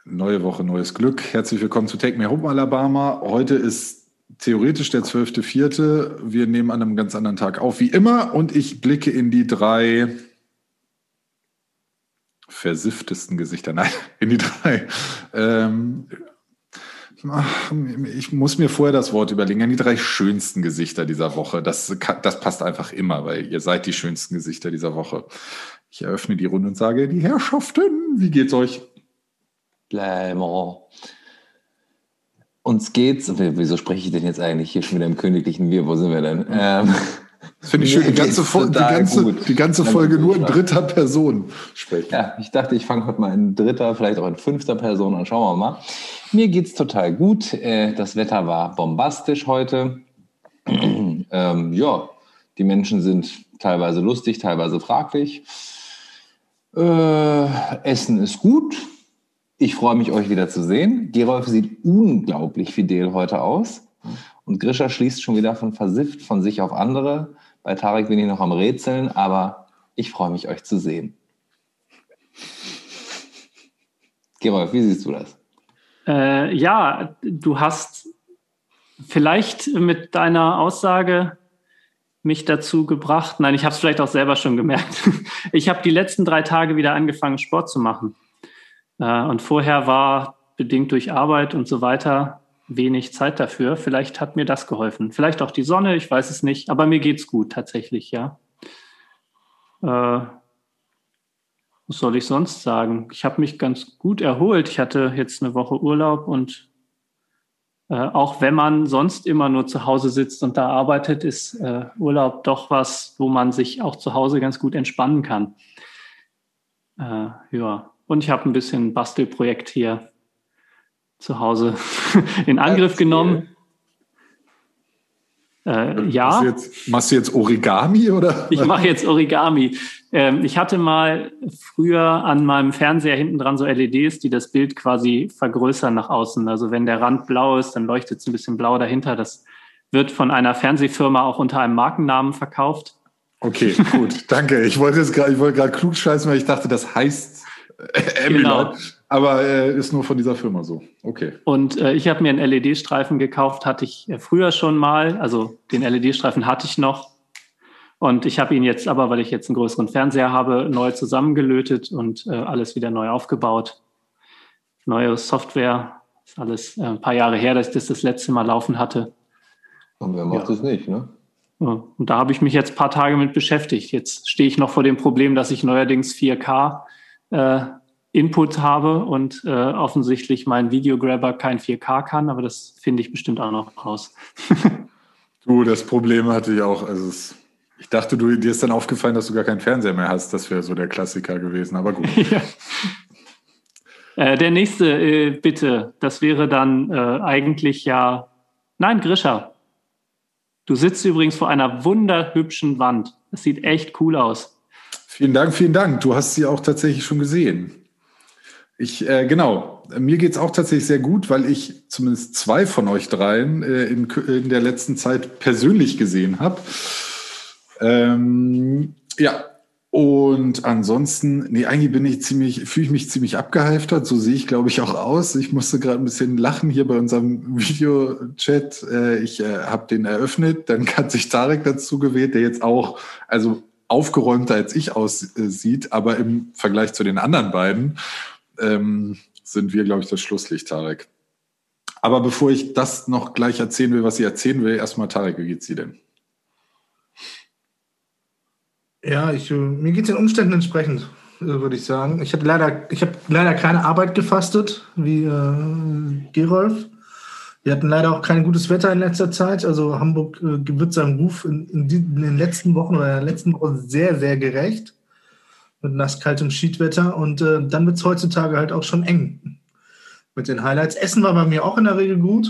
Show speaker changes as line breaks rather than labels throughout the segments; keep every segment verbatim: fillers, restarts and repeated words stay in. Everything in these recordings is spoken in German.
Neue Woche, neues Glück. Herzlich willkommen zu Take Me Home Alabama. Heute ist theoretisch der zwölfte vierte Wir nehmen an einem ganz anderen Tag auf, wie immer. Und ich blicke in die drei versifftesten Gesichter. Nein, in die drei. Ähm, ich muss mir vorher das Wort überlegen. In die drei schönsten Gesichter dieser Woche. Das, das passt einfach immer, weil ihr seid die schönsten Gesichter dieser Woche. Ich eröffne die Runde und sage, die Herrschaften, wie geht's euch?
Blämer. Uns geht's. Wieso spreche ich denn jetzt eigentlich hier schon wieder im königlichen Wir? Wo sind wir denn? Ähm,
das finde ich schön, die ganze, Fol- die ganze, die ganze Folge nur in dritter Person sprechen.
Ja, ich dachte, ich fange heute mal in dritter, vielleicht auch in fünfter Person an. Schauen wir mal. Mir geht's total gut. Das Wetter war bombastisch heute. ähm, ja, die Menschen sind teilweise lustig, teilweise fraglich. Äh, Essen ist gut. Ich freue mich, euch wieder zu sehen. Gerolf sieht unglaublich fidel heute aus. Und Grisha schließt schon wieder von versifft von sich auf andere. Bei Tarek bin ich noch am Rätseln, aber ich freue mich, euch zu sehen. Gerolf, wie siehst du das?
Äh, ja, du hast vielleicht mit deiner Aussage mich dazu gebracht. Nein, ich habe es vielleicht auch selber schon gemerkt. Ich habe die letzten drei Tage wieder angefangen, Sport zu machen. Und vorher war bedingt durch Arbeit und so weiter wenig Zeit dafür. Vielleicht hat mir das geholfen. Vielleicht auch die Sonne, ich weiß es nicht. Aber mir geht's gut tatsächlich, ja. Äh, was soll ich sonst sagen? Ich habe mich ganz gut erholt. Ich hatte jetzt eine Woche Urlaub und äh, auch wenn man sonst immer nur zu Hause sitzt und da arbeitet, ist äh, Urlaub doch was, wo man sich auch zu Hause ganz gut entspannen kann. Äh, ja. Und ich habe ein bisschen ein Bastelprojekt hier zu Hause in Angriff genommen. Äh, ja.
Machst du, jetzt, machst du jetzt Origami, oder?
Ich mache jetzt Origami. Ähm, ich hatte mal früher an meinem Fernseher hinten dran so L E Ds, die das Bild quasi vergrößern nach außen. Also wenn der Rand blau ist, dann leuchtet es ein bisschen blau dahinter. Das wird von einer Fernsehfirma auch unter einem Markennamen verkauft.
Okay, gut, danke. Ich wollte jetzt gerade, ich wollte gerade klug scheißen, weil ich dachte, das heißt Genau. Aber äh, ist nur von dieser Firma so. Okay.
Und äh, ich habe mir einen L E D-Streifen gekauft, hatte ich äh, früher schon mal. Also den L E D-Streifen hatte ich noch. Und ich habe ihn jetzt aber, weil ich jetzt einen größeren Fernseher habe, neu zusammengelötet und äh, alles wieder neu aufgebaut. Neue Software. Ist alles äh, ein paar Jahre her, dass ich das das letzte Mal laufen hatte.
Und wer macht
ja.
das nicht, ne?
Ja. Und da habe ich mich jetzt ein paar Tage mit beschäftigt. Jetzt stehe ich noch vor dem Problem, dass ich neuerdings vier K Äh, Input habe und äh, offensichtlich mein Videograbber kein vier K kann, aber das finde ich bestimmt auch noch raus.
Du, das Problem hatte ich auch. Also es, ich dachte, du, dir ist dann aufgefallen, dass du gar keinen Fernseher mehr hast. Das wäre so der Klassiker gewesen, aber gut.
ja. äh, der nächste, äh, bitte. Das wäre dann äh, eigentlich ja... Nein, Grisha. Du sitzt übrigens vor einer wunderhübschen Wand. Das sieht echt cool aus.
Vielen Dank, vielen Dank. Du hast sie auch tatsächlich schon gesehen. Ich, äh, genau, mir geht's auch tatsächlich sehr gut, weil ich zumindest zwei von euch dreien äh, in, in der letzten Zeit persönlich gesehen habe. Ähm, ja, und ansonsten, nee, eigentlich bin ich ziemlich, fühle ich mich ziemlich abgehalftert. So sehe ich, glaube ich, auch aus. Ich musste gerade ein bisschen lachen hier bei unserem Videochat. Äh, ich äh, habe den eröffnet, dann hat sich Tarek dazu gewählt, der jetzt auch, also aufgeräumter als ich aussieht, aber im Vergleich zu den anderen beiden ähm, sind wir, glaube ich, das Schlusslicht, Tarek. Aber bevor ich das noch gleich erzählen will, was ich erzählen will, erstmal, Tarek, wie geht's dir denn?
Ja, ich, mir geht es den Umständen entsprechend, würde ich sagen. Ich habe leider, ich habe leider keine Arbeit gefastet, wie äh, Gerolf. Wir hatten leider auch kein gutes Wetter in letzter Zeit. Also Hamburg äh, wird seinem Ruf in, in, die, in den letzten Wochen oder in der letzten Woche sehr, sehr gerecht. Mit nasskaltem Schiedwetter. Und äh, dann wird es heutzutage halt auch schon eng mit den Highlights. Essen war bei mir auch in der Regel gut.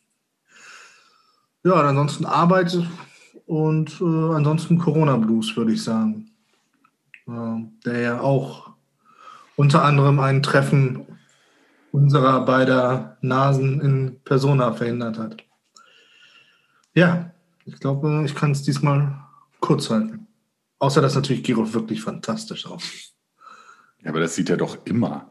Ja, und ansonsten Arbeit und äh, ansonsten Corona-Blues, würde ich sagen. Äh, der ja auch unter anderem ein Treffen unserer beider Nasen in Persona verhindert hat. Ja, ich glaube, ich kann es diesmal kurz halten. Außer, dass natürlich Gerolf wirklich fantastisch aussieht.
Ja, aber das sieht er doch immer.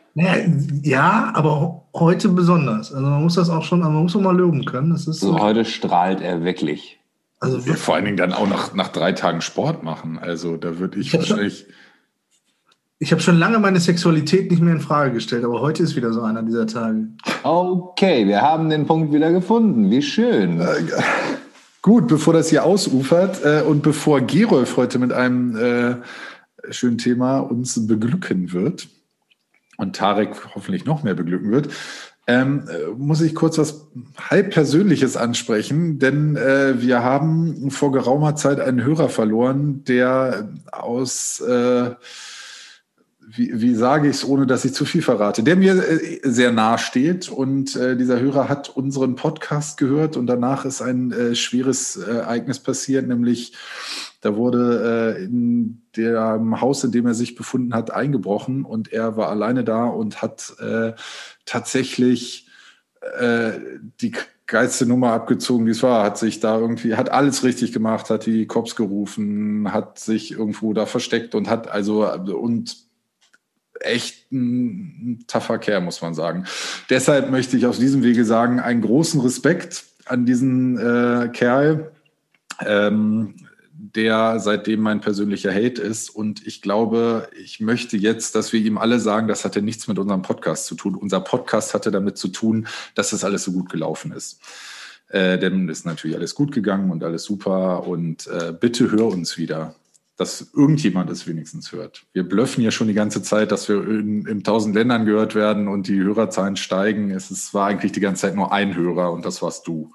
Naja, ja, aber heute besonders. Also man muss das auch schon, man muss auch mal loben können. Das ist
Also
so,
heute strahlt er wirklich.
Also ja, vor allen Dingen dann auch nach, nach drei Tagen Sport machen. Also da würde ich, ich wahrscheinlich...
Schon, ich habe schon lange meine Sexualität nicht mehr in Frage gestellt, aber heute ist wieder so einer dieser Tage.
Okay, wir haben den Punkt wieder gefunden. Wie schön.
Äh, gut, bevor das hier ausufert äh, und bevor Gerolf heute mit einem äh, schönen Thema uns beglücken wird und Tarek hoffentlich noch mehr beglücken wird, ähm, muss ich kurz was halb Persönliches ansprechen, denn äh, wir haben vor geraumer Zeit einen Hörer verloren, der aus, äh, wie, wie sage ich es, ohne dass ich zu viel verrate, der mir äh, sehr nahe steht und äh, dieser Hörer hat unseren Podcast gehört und danach ist ein äh, schweres äh, Ereignis passiert, nämlich da wurde äh, in dem Haus, in dem er sich befunden hat, eingebrochen und er war alleine da und hat äh, tatsächlich äh, die geilste Nummer abgezogen, die es war, hat sich da irgendwie, hat alles richtig gemacht, hat die Cops gerufen, hat sich irgendwo da versteckt und hat also und echt ein, ein tougher Kerl, muss man sagen. Deshalb möchte ich aus diesem Wege sagen, einen großen Respekt an diesen äh, Kerl, ähm, der seitdem mein persönlicher Hate ist. Und ich glaube, ich möchte jetzt, dass wir ihm alle sagen, das hatte nichts mit unserem Podcast zu tun. Unser Podcast hatte damit zu tun, dass das alles so gut gelaufen ist. Äh, denn ist natürlich alles gut gegangen und alles super. Und äh, bitte hör uns wieder, dass irgendjemand es wenigstens hört. Wir blöffen ja schon die ganze Zeit, dass wir in, in tausend Ländern gehört werden und die Hörerzahlen steigen. Es ist, war eigentlich die ganze Zeit nur ein Hörer und das warst du.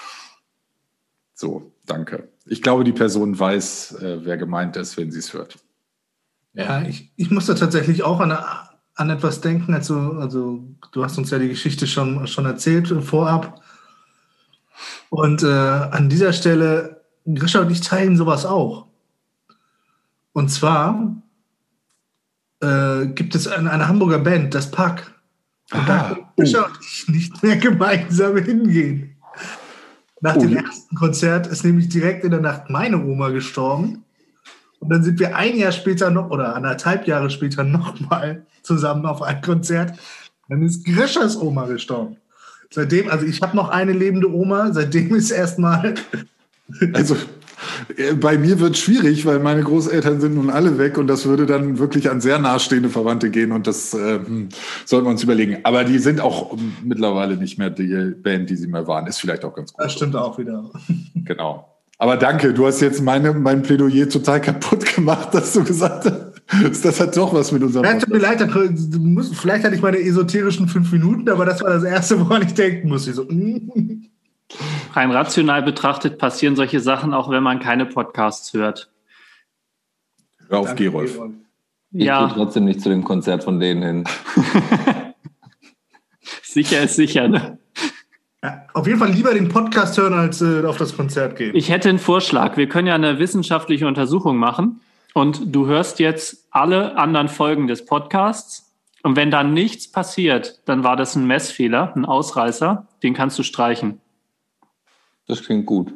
So, danke. Ich glaube, die Person weiß, äh, wer gemeint ist, wenn sie es hört.
Ja, ich, ich musste tatsächlich auch an, an etwas denken. Also, also du hast uns ja die Geschichte schon, schon erzählt vorab. Und äh, an dieser Stelle, Grisha und ich teilen sowas auch. Und zwar äh, gibt es eine, eine Hamburger Band, das Pack. Und ah, da können Grisha oh. und ich nicht mehr gemeinsam hingehen. Nach oh. dem ersten Konzert ist nämlich direkt in der Nacht meine Oma gestorben. Und dann sind wir ein Jahr später noch, oder anderthalb Jahre später nochmal zusammen auf ein Konzert. Dann ist Grischas Oma gestorben. Seitdem, also ich habe noch eine lebende Oma, seitdem ist erstmal...
Also bei mir wird es schwierig, weil meine Großeltern sind nun alle weg und das würde dann wirklich an sehr nahestehende Verwandte gehen und das äh, sollten wir uns überlegen. Aber die sind auch mittlerweile nicht mehr die Band, die sie mal waren. Ist vielleicht auch ganz gut.
Das stimmt auch wieder.
Genau. Aber danke, du hast jetzt meine, mein Plädoyer total kaputt gemacht, dass du gesagt hast, das hat doch was mit unserem...
Ja, tut mir leid, du musst, vielleicht hatte ich meine esoterischen fünf Minuten, aber das war das Erste, woran ich denken musste. So, mm.
Rein rational betrachtet passieren solche Sachen auch, wenn man keine Podcasts hört.
Hör auf, Gerolf.
Ich
ja.
gehe trotzdem nicht zu dem Konzert von denen hin.
Sicher ist sicher, ne?
Ja, auf jeden Fall lieber den Podcast hören, als äh, auf das Konzert gehen.
Ich hätte einen Vorschlag. Wir können ja eine wissenschaftliche Untersuchung machen und du hörst jetzt alle anderen Folgen des Podcasts und wenn dann nichts passiert, dann war das ein Messfehler, ein Ausreißer, den kannst du streichen.
Das klingt gut.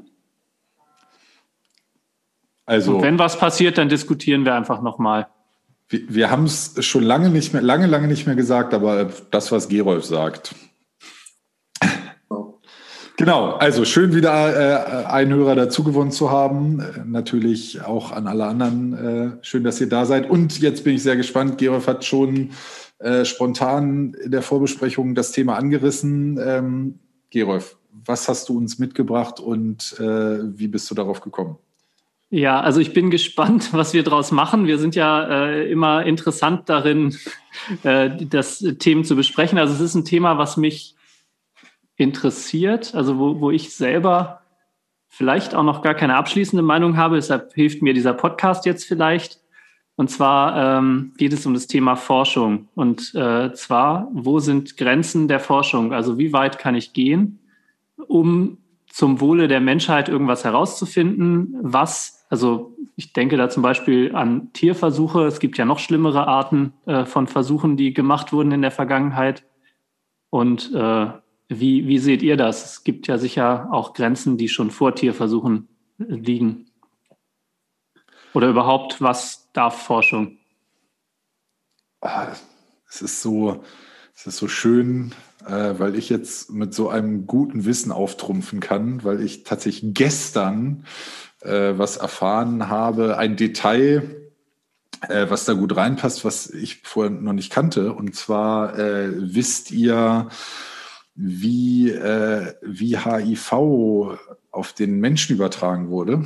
Also,
und wenn was passiert, dann diskutieren wir einfach nochmal.
Wir, wir haben es schon lange nicht mehr, lange, lange nicht mehr gesagt, aber das, was Gerolf sagt. Genau, also schön wieder äh, einen Hörer dazu gewonnen zu haben. Äh, natürlich auch an alle anderen. Äh, schön, dass ihr da seid. Und jetzt bin ich sehr gespannt. Gerolf hat schon äh, spontan in der Vorbesprechung das Thema angerissen. Ähm, Gerolf, was hast du uns mitgebracht und äh, wie bist du darauf gekommen?
Ja, also ich bin gespannt, was wir daraus machen. Wir sind ja äh, immer interessant darin, äh, das Themen zu besprechen. Also es ist ein Thema, was mich interessiert, also wo, wo ich selber vielleicht auch noch gar keine abschließende Meinung habe. Deshalb hilft mir dieser Podcast jetzt vielleicht. Und zwar ähm, geht es um das Thema Forschung. Und äh, zwar, wo sind Grenzen der Forschung? Also wie weit kann ich gehen, um zum Wohle der Menschheit irgendwas herauszufinden, was, also ich denke da zum Beispiel an Tierversuche, es gibt ja noch schlimmere Arten äh, von Versuchen, die gemacht wurden in der Vergangenheit. Und äh, wie, wie seht ihr das? Es gibt ja sicher auch Grenzen, die schon vor Tierversuchen liegen. Oder überhaupt, was darf Forschung?
es ist so, es ist so schön, äh, weil ich jetzt mit so einem guten Wissen auftrumpfen kann, weil ich tatsächlich gestern äh, was erfahren habe, ein Detail, äh, was da gut reinpasst, was ich vorher noch nicht kannte. Und zwar äh, wisst ihr, wie, äh, wie H I V auf den Menschen übertragen wurde?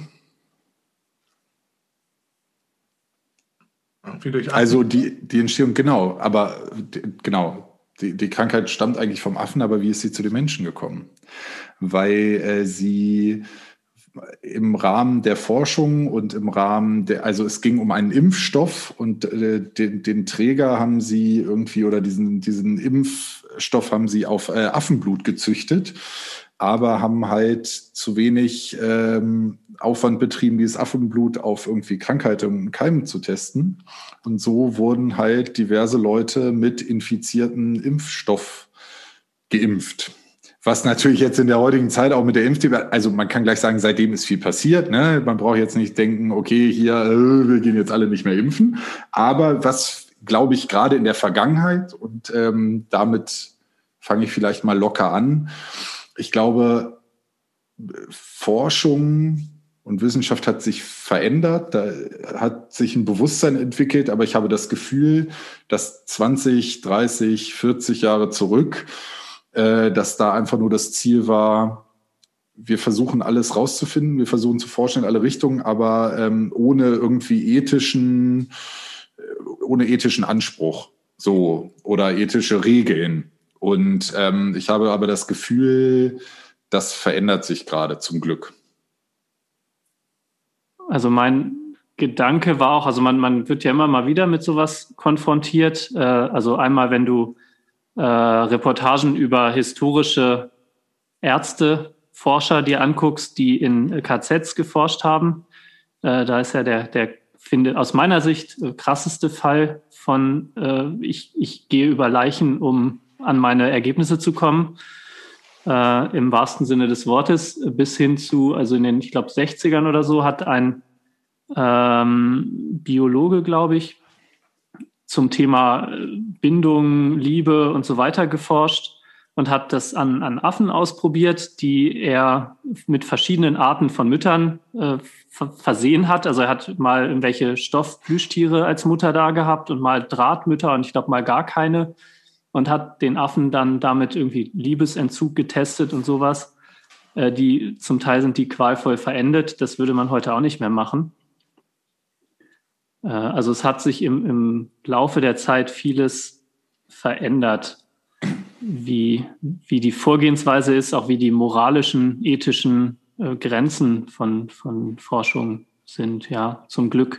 Wie durch Affen.
Also die, die Entstehung, genau, aber die, genau, die, die Krankheit stammt eigentlich vom Affen, aber wie ist sie zu den Menschen gekommen? Weil äh, sie im Rahmen der Forschung und im Rahmen der, also es ging um einen Impfstoff und äh, den, den Träger haben sie irgendwie oder diesen, diesen Impfstoff haben sie auf äh, Affenblut gezüchtet, aber haben halt zu wenig ähm, Aufwand betrieben, dieses Affenblut auf irgendwie Krankheiten und Keimen zu testen. Und so wurden halt diverse Leute mit infizierten Impfstoff geimpft. Was natürlich jetzt in der heutigen Zeit auch mit der Impfdebatte, also man kann gleich sagen, seitdem ist viel passiert. Ne? Man braucht jetzt nicht denken, okay, hier, äh, wir gehen jetzt alle nicht mehr impfen. Aber was, glaube ich, gerade in der Vergangenheit, und ähm, damit fange ich vielleicht mal locker an, ich glaube, Forschung und Wissenschaft hat sich verändert, da hat sich ein Bewusstsein entwickelt, aber ich habe das Gefühl, dass zwanzig, dreißig, vierzig Jahre zurück, äh, dass da einfach nur das Ziel war, wir versuchen alles rauszufinden, wir versuchen zu forschen in alle Richtungen, aber ähm, ohne irgendwie ethischen, ohne ethischen Anspruch, so, oder ethische Regeln. Und ähm, ich habe aber das Gefühl, das verändert sich gerade zum Glück.
Also mein Gedanke war auch, also man, man wird ja immer mal wieder mit sowas konfrontiert. Äh, also einmal, wenn du äh, Reportagen über historische Ärzte, Forscher dir anguckst, die in K Zs geforscht haben. Äh, da ist ja der, der finde aus meiner Sicht äh, krasseste Fall von äh, ich, ich gehe über Leichen, um an meine Ergebnisse zu kommen. Äh, im wahrsten Sinne des Wortes, bis hin zu, also in den, ich glaube, sechzigern oder so, hat ein ähm, Biologe, glaube ich, zum Thema Bindung, Liebe und so weiter geforscht und hat das an, an Affen ausprobiert, die er mit verschiedenen Arten von Müttern äh, versehen hat. Also er hat mal irgendwelche Stoffplüschtiere als Mutter da gehabt und mal Drahtmütter und ich glaube mal gar keine. Und hat den Affen dann damit irgendwie Liebesentzug getestet und sowas. Äh, die zum Teil sind die qualvoll verendet. Das würde man heute auch nicht mehr machen. Äh, also es hat sich im, im Laufe der Zeit vieles verändert, wie, wie die Vorgehensweise ist, auch wie die moralischen, ethischen äh, Grenzen von, von Forschung sind, ja, zum Glück.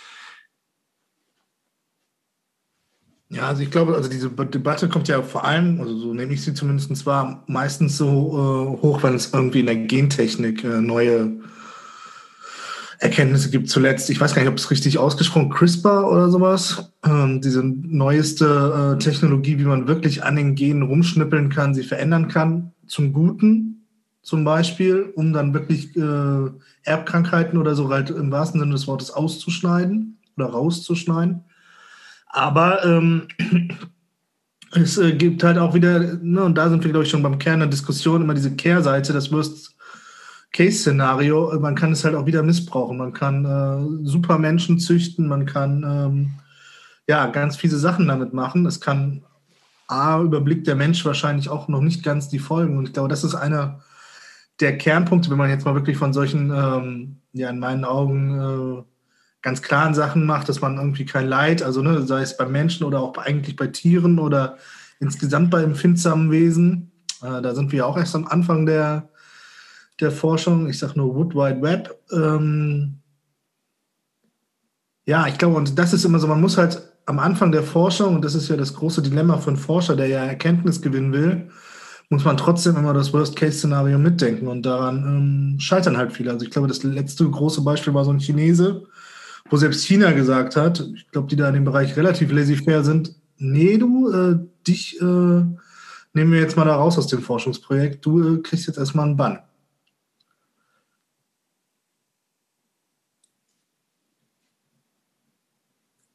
Ja, also ich glaube, also diese Debatte kommt ja vor allem, also so nehme ich sie zumindest wahr, meistens so äh, hoch, wenn es irgendwie in der Gentechnik äh, neue Erkenntnisse gibt. Zuletzt, ich weiß gar nicht, ob es richtig ausgesprochen, CRISPR oder sowas, ähm, diese neueste äh, Technologie, wie man wirklich an den Genen rumschnippeln kann, sie verändern kann, zum Guten zum Beispiel, um dann wirklich äh, Erbkrankheiten oder so halt im wahrsten Sinne des Wortes auszuschneiden oder rauszuschneiden. Aber ähm, es äh, gibt halt auch wieder, ne, und da sind wir, glaube ich, schon beim Kern der Diskussion, immer diese Kehrseite, das Worst-Case-Szenario. Man kann es halt auch wieder missbrauchen. Man kann äh, super Menschen züchten, man kann ähm, ja ganz fiese Sachen damit machen. Es kann, A, überblickt der Mensch wahrscheinlich auch noch nicht ganz die Folgen. Und ich glaube, das ist einer der Kernpunkte, wenn man jetzt mal wirklich von solchen, ähm, ja, in meinen Augen, äh, ganz klaren Sachen macht, dass man irgendwie kein Leid, also ne, sei es beim Menschen oder auch eigentlich bei Tieren oder insgesamt bei empfindsamen Wesen, äh, da sind wir auch erst am Anfang der, der Forschung, ich sage nur Wood Wide Web. Ähm, ja, ich glaube, und das ist immer so, man muss halt am Anfang der Forschung, und das ist ja das große Dilemma für einen Forscher, der ja Erkenntnis gewinnen will, muss man trotzdem immer das Worst-Case-Szenario mitdenken und daran ähm, scheitern halt viele. Also ich glaube, das letzte große Beispiel war so ein Chinese, wo selbst China gesagt hat, ich glaube, die da in dem Bereich relativ laissez-faire sind, nee, du, äh, dich äh, nehmen wir jetzt mal da raus aus dem Forschungsprojekt, du äh, kriegst jetzt erstmal einen Bann.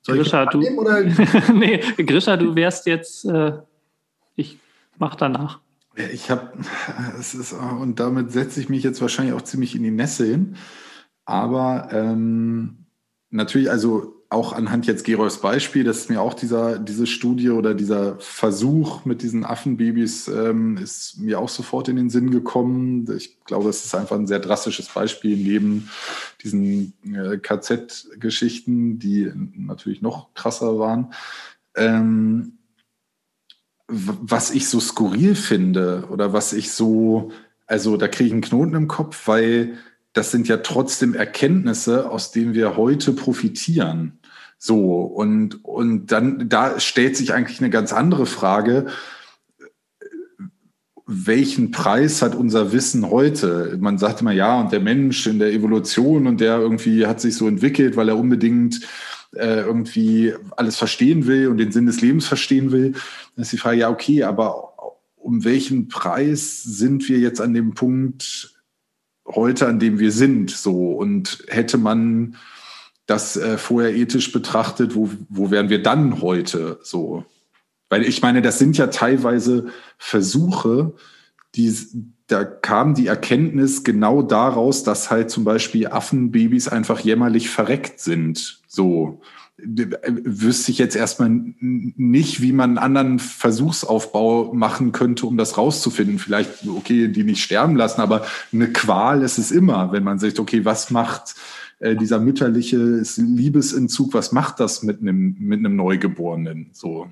Soll
Grisha,
ich
du,
annehmen, oder?
nee, Grisha, du wärst jetzt, äh, ich mach danach.
Ich habe, es ist, und damit setze ich mich jetzt wahrscheinlich auch ziemlich in die Nesseln. Aber ähm, natürlich, also auch anhand jetzt Gerolfs Beispiel, das ist mir auch dieser, diese Studie oder dieser Versuch mit diesen Affenbabys ähm, ist mir auch sofort in den Sinn gekommen. Ich glaube, es ist einfach ein sehr drastisches Beispiel neben diesen äh, K Z-Geschichten, die natürlich noch krasser waren. Ähm, was ich so skurril finde oder was ich so, also da kriege ich einen Knoten im Kopf, weil das sind ja trotzdem Erkenntnisse, aus denen wir heute profitieren. So, und, und dann, da stellt sich eigentlich eine ganz andere Frage. Welchen Preis hat unser Wissen heute? Man sagt immer, ja, und der Mensch in der Evolution und der irgendwie hat sich so entwickelt, weil er unbedingt äh, irgendwie alles verstehen will und den Sinn des Lebens verstehen will. Dann ist die Frage, ja, okay, aber um welchen Preis sind wir jetzt an dem Punkt heute, an dem wir sind? So, und hätte man das äh, vorher ethisch betrachtet, wo, wo wären wir dann heute? So, weil ich meine, das sind ja teilweise Versuche, die, da kam die Erkenntnis genau daraus, dass halt zum Beispiel Affenbabys einfach jämmerlich verreckt sind. So wüsste ich jetzt erstmal nicht, wie man einen anderen Versuchsaufbau machen könnte, um das rauszufinden. Vielleicht, okay, die nicht sterben lassen, aber eine Qual ist es immer, wenn man sagt, okay, was macht äh, dieser mütterliche Liebesentzug, was macht das mit einem, mit einem Neugeborenen? So.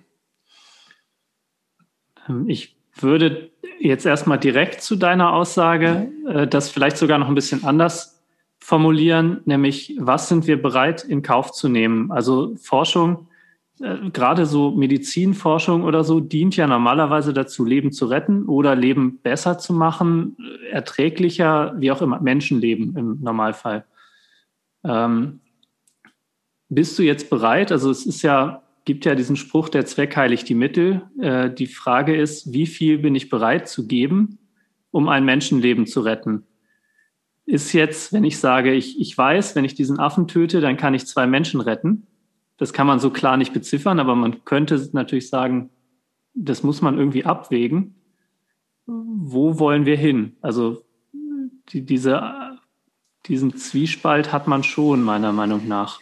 Ich würde jetzt erstmal direkt zu deiner Aussage äh, das vielleicht sogar noch ein bisschen anders formulieren, nämlich was sind wir bereit in Kauf zu nehmen? Also Forschung, äh, gerade so Medizinforschung oder so, dient ja normalerweise dazu, Leben zu retten oder Leben besser zu machen, erträglicher, wie auch immer, Menschenleben im Normalfall. Ähm, bist du jetzt bereit? Also es ist ja gibt ja diesen Spruch, der Zweck heiligt die Mittel. Äh, die Frage ist, wie viel bin ich bereit zu geben, um ein Menschenleben zu retten? Ist jetzt, wenn ich sage, ich, ich weiß, wenn ich diesen Affen töte, dann kann ich zwei Menschen retten. Das kann man so klar nicht beziffern, aber man könnte natürlich sagen, das muss man irgendwie abwägen. Wo wollen wir hin? Also die, diese, diesen Zwiespalt hat man schon, meiner Meinung nach.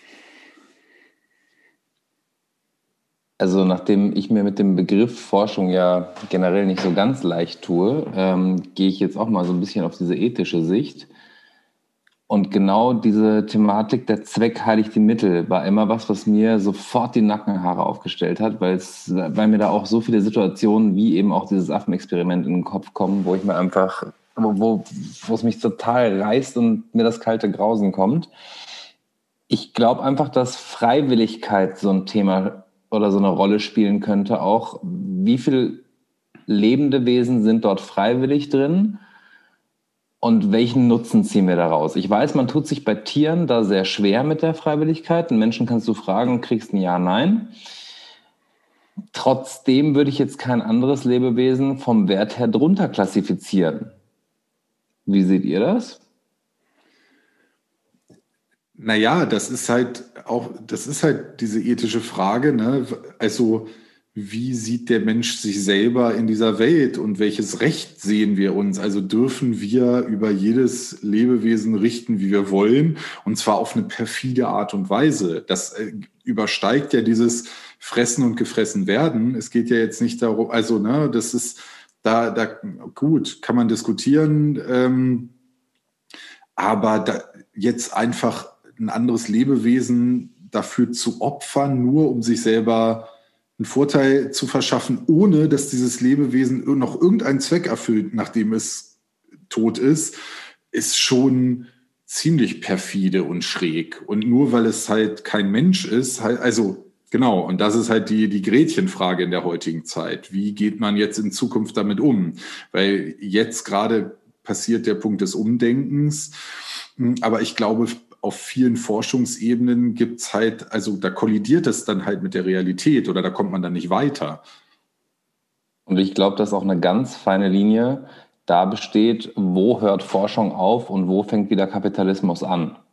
Also nachdem ich mir mit dem Begriff Forschung ja generell nicht so ganz leicht tue, ähm, gehe ich jetzt auch mal so ein bisschen auf diese ethische Sicht. Und genau diese Thematik, der Zweck heiligt die Mittel, war immer was, was mir sofort die Nackenhaare aufgestellt hat, weil es, weil mir da auch so viele Situationen wie eben auch dieses Affenexperiment in den Kopf kommen, wo ich mir einfach, wo, wo, wo es mich total reißt und mir das kalte Grausen kommt. Ich glaube einfach, dass Freiwilligkeit so ein Thema oder so eine Rolle spielen könnte, auch wie viele lebende Wesen sind dort freiwillig drin und welchen Nutzen ziehen wir daraus? Ich weiß, man tut sich bei Tieren da sehr schwer mit der Freiwilligkeit. Einen Menschen kannst du fragen, kriegst ein Ja, Nein. Trotzdem würde ich jetzt kein anderes Lebewesen vom Wert her drunter klassifizieren. Wie seht ihr das?
Naja, das ist halt auch, das ist halt diese ethische Frage, ne? Also, wie sieht der Mensch sich selber in dieser Welt und welches Recht sehen wir uns? Also dürfen wir über jedes Lebewesen richten, wie wir wollen, und zwar auf eine perfide Art und Weise. Das äh, übersteigt ja dieses Fressen und gefressen werden. Es geht ja jetzt nicht darum, also, ne, das ist, da, da, gut, kann man diskutieren, ähm, aber da, jetzt einfach ein anderes Lebewesen dafür zu opfern, nur um sich selber einen Vorteil zu verschaffen, ohne dass dieses Lebewesen noch irgendeinen Zweck erfüllt, nachdem es tot ist, ist schon ziemlich perfide und schräg. Und nur weil es halt kein Mensch ist, halt, also genau, und das ist halt die, die Gretchenfrage in der heutigen Zeit. Wie geht man jetzt in Zukunft damit um? Weil jetzt gerade passiert der Punkt des Umdenkens, aber ich glaube, auf vielen Forschungsebenen gibt es halt, also da kollidiert es dann halt mit der Realität oder da kommt man dann nicht weiter.
Und ich glaube, dass auch eine ganz feine Linie da besteht, wo hört Forschung auf und wo fängt wieder Kapitalismus an.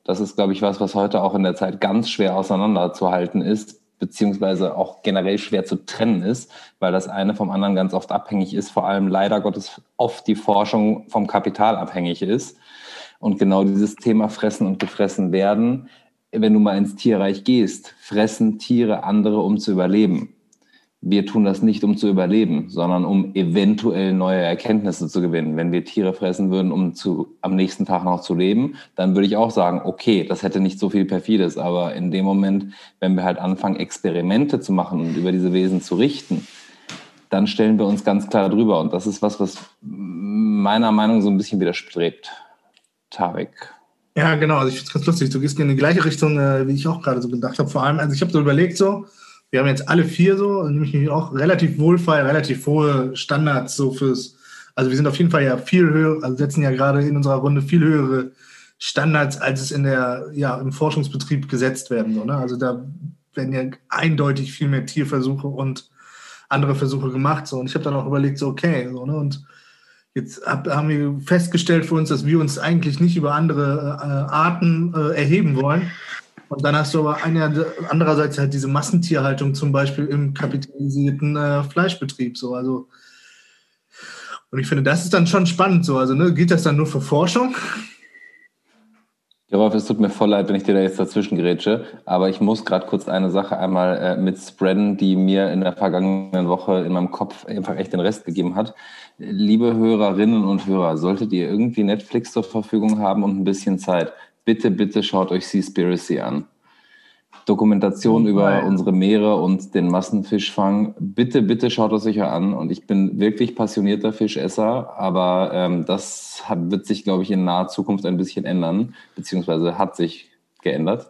Das ist, glaube ich, was, was heute auch in der Zeit ganz schwer auseinanderzuhalten ist, beziehungsweise auch generell schwer zu trennen ist, weil das eine vom anderen ganz oft abhängig ist, vor allem leider Gottes oft die Forschung vom Kapital abhängig ist. Und genau dieses Thema Fressen und gefressen werden, wenn du mal ins Tierreich gehst, fressen Tiere andere, um zu überleben. Wir tun das nicht, um zu überleben, sondern um eventuell neue Erkenntnisse zu gewinnen. Wenn wir Tiere fressen würden, um zu, am nächsten Tag noch zu leben, dann würde ich auch sagen, okay, das hätte nicht so viel Perfides. Aber in dem Moment, wenn wir halt anfangen, Experimente zu machen und über diese Wesen zu richten, dann stellen wir uns ganz klar drüber. Und das ist was, was meiner Meinung nach so ein bisschen widerstrebt. Tarek.
Ja, genau. Also ich finde es ganz lustig. Du gehst in die gleiche Richtung, äh, wie ich auch gerade so gedacht habe. Vor allem, also ich habe so überlegt, so, wir haben jetzt alle vier so, nämlich auch relativ wohlfeil, relativ hohe Standards so fürs, also wir sind auf jeden Fall ja viel höher, also setzen ja gerade in unserer Runde viel höhere Standards, als es in der, ja, im Forschungsbetrieb gesetzt werden. So, ne? Also da werden ja eindeutig viel mehr Tierversuche und andere Versuche gemacht. So. Und ich habe dann auch überlegt, so okay, so, ne? Und jetzt hab, haben wir festgestellt für uns, dass wir uns eigentlich nicht über andere äh, Arten äh, erheben wollen. Und dann hast du aber eine, andererseits halt diese Massentierhaltung zum Beispiel im kapitalisierten äh, Fleischbetrieb. So. Also, und ich finde, das ist dann schon spannend. So. Also, ne, gilt das dann nur für Forschung?
Gerolf, es tut mir voll leid, wenn ich dir da jetzt dazwischen grätsche, aber ich muss gerade kurz eine Sache einmal äh, mit spreaden, die mir in der vergangenen Woche in meinem Kopf einfach echt den Rest gegeben hat. Liebe Hörerinnen und Hörer, solltet ihr irgendwie Netflix zur Verfügung haben und ein bisschen Zeit, bitte, bitte schaut euch Seaspiracy an. Dokumentation oh, über unsere Meere und den Massenfischfang. Bitte, bitte schaut es euch an. Und ich bin wirklich passionierter Fischesser, aber ähm, das hat, wird sich, glaube ich, in naher Zukunft ein bisschen ändern, beziehungsweise hat sich geändert.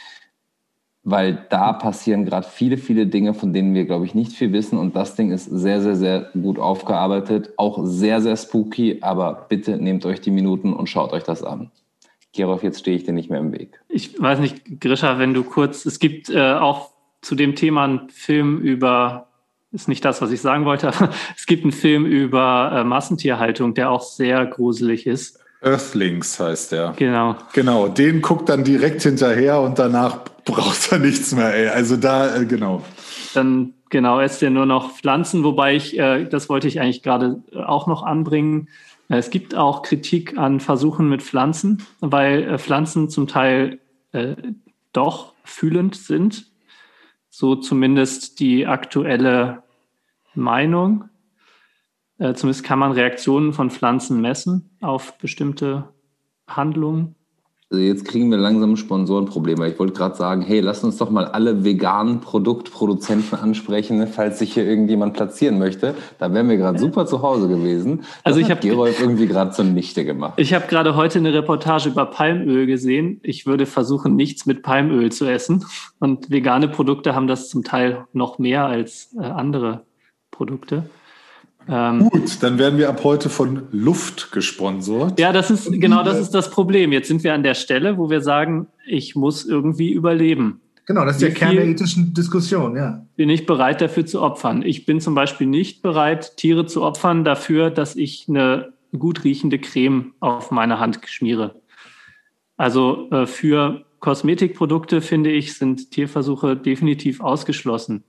Weil da passieren gerade viele, viele Dinge, von denen wir, glaube ich, nicht viel wissen. Und das Ding ist sehr, sehr, sehr gut aufgearbeitet. Auch sehr, sehr spooky. Aber bitte nehmt euch die Minuten und schaut euch das an. Gerolf, jetzt stehe ich dir nicht mehr im Weg.
Ich weiß nicht, Grisha, wenn du kurz, es gibt äh, auch zu dem Thema einen Film über, ist nicht das, was ich sagen wollte, aber es gibt einen Film über äh, Massentierhaltung, der auch sehr gruselig ist.
Earthlings heißt der.
Genau.
Genau, den guckt dann direkt hinterher und danach braucht er nichts mehr, ey. Also da, äh, genau.
Dann, genau, esst ihr nur noch Pflanzen, wobei ich, äh, das wollte ich eigentlich gerade auch noch anbringen. Es gibt auch Kritik an Versuchen mit Pflanzen, weil äh, Pflanzen zum Teil äh, doch fühlend sind. So zumindest die aktuelle Meinung. Äh, zumindest kann man Reaktionen von Pflanzen messen auf bestimmte Handlungen.
Also jetzt kriegen wir langsam ein Sponsorenproblem, weil ich wollte gerade sagen, hey, lasst uns doch mal alle veganen Produktproduzenten ansprechen, falls sich hier irgendjemand platzieren möchte. Da wären wir gerade super zu Hause gewesen. Das
also ich habe
Gerolf irgendwie gerade zunichte gemacht.
Ich habe gerade heute eine Reportage über Palmöl gesehen. Ich würde versuchen, nichts mit Palmöl zu essen. Und vegane Produkte haben das zum Teil noch mehr als äh, andere Produkte.
Ähm, Gut, dann werden wir ab heute von Luft gesponsert.
Ja, das ist genau das ist das Problem. Jetzt sind wir an der Stelle, wo wir sagen, ich muss irgendwie überleben.
Genau, das ist der Kern der ethischen Diskussion, ja.
Bin ich bereit, dafür zu opfern? Ich bin zum Beispiel nicht bereit, Tiere zu opfern dafür, dass ich eine gut riechende Creme auf meine Hand schmiere. Also äh, für Kosmetikprodukte, finde ich, sind Tierversuche definitiv ausgeschlossen.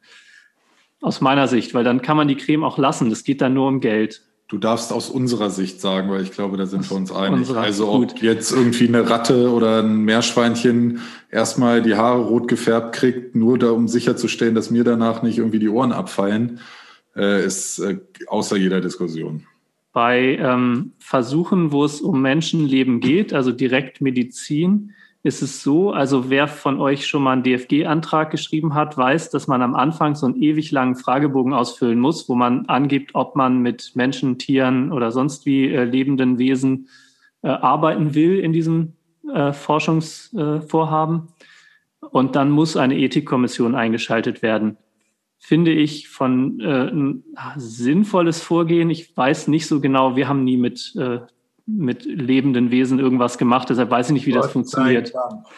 Aus meiner Sicht, weil dann kann man die Creme auch lassen. Das geht dann nur um Geld.
Du darfst aus unserer Sicht sagen, weil ich glaube, da sind wir uns einig.
Unserer,
also
gut.
Ob jetzt irgendwie eine Ratte oder ein Meerschweinchen erstmal die Haare rot gefärbt kriegt, nur da, um sicherzustellen, dass mir danach nicht irgendwie die Ohren abfallen, äh, ist äh, außer jeder Diskussion.
Bei ähm, Versuchen, wo es um Menschenleben geht, also direkt Medizin, ist es so, also wer von euch schon mal einen D F G-Antrag geschrieben hat, weiß, dass man am Anfang so einen ewig langen Fragebogen ausfüllen muss, wo man angibt, ob man mit Menschen, Tieren oder sonst wie äh, lebenden Wesen äh, arbeiten will in diesem äh, Forschungsvorhaben. Äh, Und dann muss eine Ethikkommission eingeschaltet werden. Finde ich von äh, ein sinnvolles Vorgehen. Ich weiß nicht so genau, wir haben nie mit äh, mit lebenden Wesen irgendwas gemacht, deshalb weiß ich nicht, wie das funktioniert.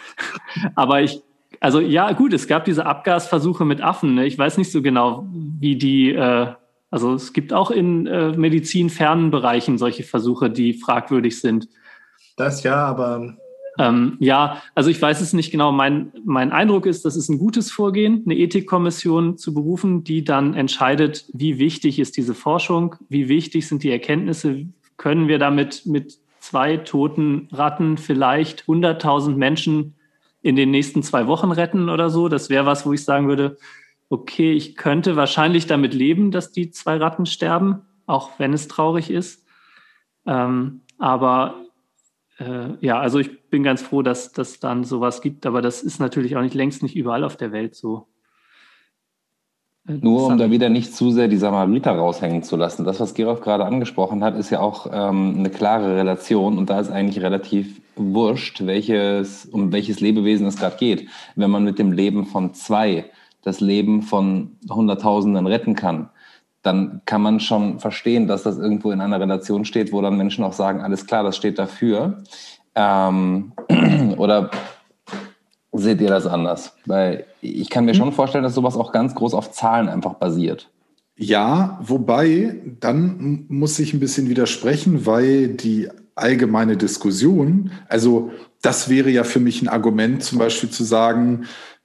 Aber ich, also ja, gut, es gab diese Abgasversuche mit Affen, ne? Ich weiß nicht so genau, wie die, äh, also es gibt auch in äh, medizinfernen Bereichen solche Versuche, die fragwürdig sind.
Das ja, aber
Ähm, ja, also ich weiß es nicht genau. Mein, mein Eindruck ist, das ist ein gutes Vorgehen, eine Ethikkommission zu berufen, die dann entscheidet, wie wichtig ist diese Forschung, wie wichtig sind die Erkenntnisse, können wir damit mit zwei toten Ratten vielleicht hunderttausend Menschen in den nächsten zwei Wochen retten oder so. Das wäre was, wo ich sagen würde, okay, ich könnte wahrscheinlich damit leben, dass die zwei Ratten sterben, auch wenn es traurig ist. Ähm, aber äh, ja, also ich bin ganz froh, dass das dann sowas gibt, aber das ist natürlich auch nicht längst nicht überall auf der Welt so.
Nur um da wieder nicht zu sehr die Samariter raushängen zu lassen. Das, was Gerolf gerade angesprochen hat, ist ja auch ähm, eine klare Relation und da ist eigentlich relativ wurscht, welches, um welches Lebewesen es gerade geht. Wenn man mit dem Leben von zwei das Leben von Hunderttausenden retten kann, dann kann man schon verstehen, dass das irgendwo in einer Relation steht, wo dann Menschen auch sagen, alles klar, das steht dafür. Ähm, oder seht ihr das anders? Weil ich kann mir schon vorstellen, dass sowas auch ganz groß auf Zahlen einfach basiert.
Ja, wobei, dann muss ich ein bisschen widersprechen, weil die allgemeine Diskussion, also das wäre ja für mich ein Argument, zum Beispiel zu sagen,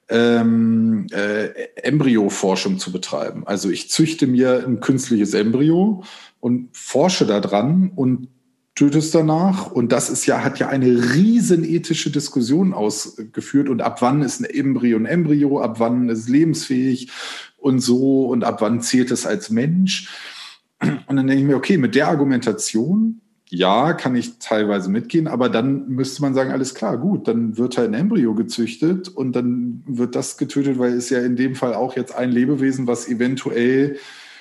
ähm, äh, Embryoforschung zu betreiben. Also ich züchte mir ein künstliches Embryo und forsche daran und töte es danach. Und das ist ja, hat ja eine riesen ethische Diskussion ausgeführt. Und ab wann ist ein Embryo ein Embryo, ab wann ist es lebensfähig und so und ab wann zählt es als Mensch. Und dann denke ich mir, okay, mit der Argumentation, ja, kann ich teilweise mitgehen, aber dann müsste man sagen, alles klar, gut, dann wird halt ein Embryo gezüchtet und dann wird das getötet, weil es ja in dem Fall auch jetzt ein Lebewesen, was eventuell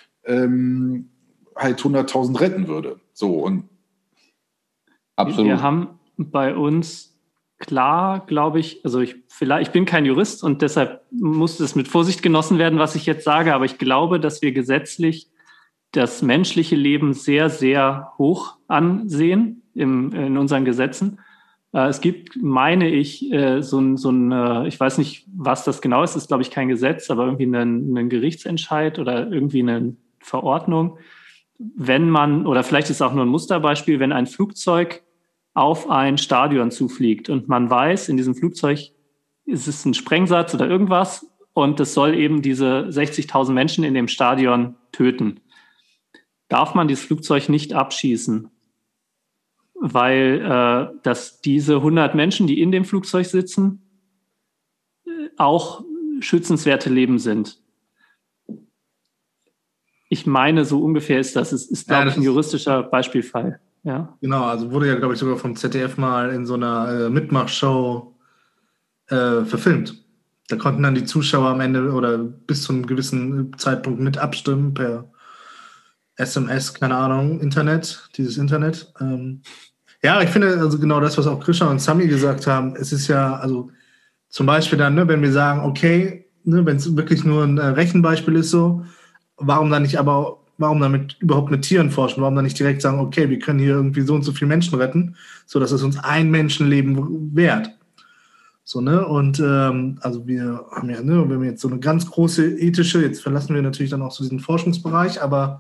ähm, halt hunderttausend retten würde. So, und
absolut. Wir haben bei uns klar, glaube ich, also ich vielleicht, ich bin kein Jurist und deshalb muss es mit Vorsicht genossen werden, was ich jetzt sage, aber ich glaube, dass wir gesetzlich das menschliche Leben sehr, sehr hoch ansehen im, in unseren Gesetzen. Äh, es gibt, meine ich, äh, so ein, so ein äh, ich weiß nicht, was das genau ist, ist, glaube ich, kein Gesetz, aber irgendwie einen, einen Gerichtsentscheid oder irgendwie eine Verordnung. Wenn man, oder vielleicht ist es auch nur ein Musterbeispiel, wenn ein Flugzeug auf ein Stadion zufliegt und man weiß, in diesem Flugzeug ist es ein Sprengsatz oder irgendwas und es soll eben diese sechzigtausend Menschen in dem Stadion töten, darf man dieses Flugzeug nicht abschießen, weil äh, dass diese hundert Menschen, die in dem Flugzeug sitzen, auch schützenswerte Leben sind. Ich meine, so ungefähr ist das. Es ist, glaube ja, ich, ein juristischer Beispielfall. Ja.
Genau, also wurde ja, glaube ich, sogar vom Z D F mal in so einer äh, Mitmachshow äh, verfilmt. Da konnten dann die Zuschauer am Ende oder bis zu einem gewissen Zeitpunkt mit abstimmen per S M S, keine Ahnung, Internet, dieses Internet. Ähm, ja, ich finde also genau das, was auch Krisha und Sami gesagt haben, es ist ja, also zum Beispiel dann, ne, wenn wir sagen, okay, ne, wenn es wirklich nur ein äh, Rechenbeispiel ist so, warum dann nicht aber, warum dann mit, überhaupt mit Tieren forschen, warum dann nicht direkt sagen, okay, wir können hier irgendwie so und so viele Menschen retten, sodass es uns ein Menschenleben wert. So, ne, und ähm, also wir haben ja, ne, wenn wir jetzt so eine ganz große ethische, jetzt verlassen wir natürlich dann auch so diesen Forschungsbereich, aber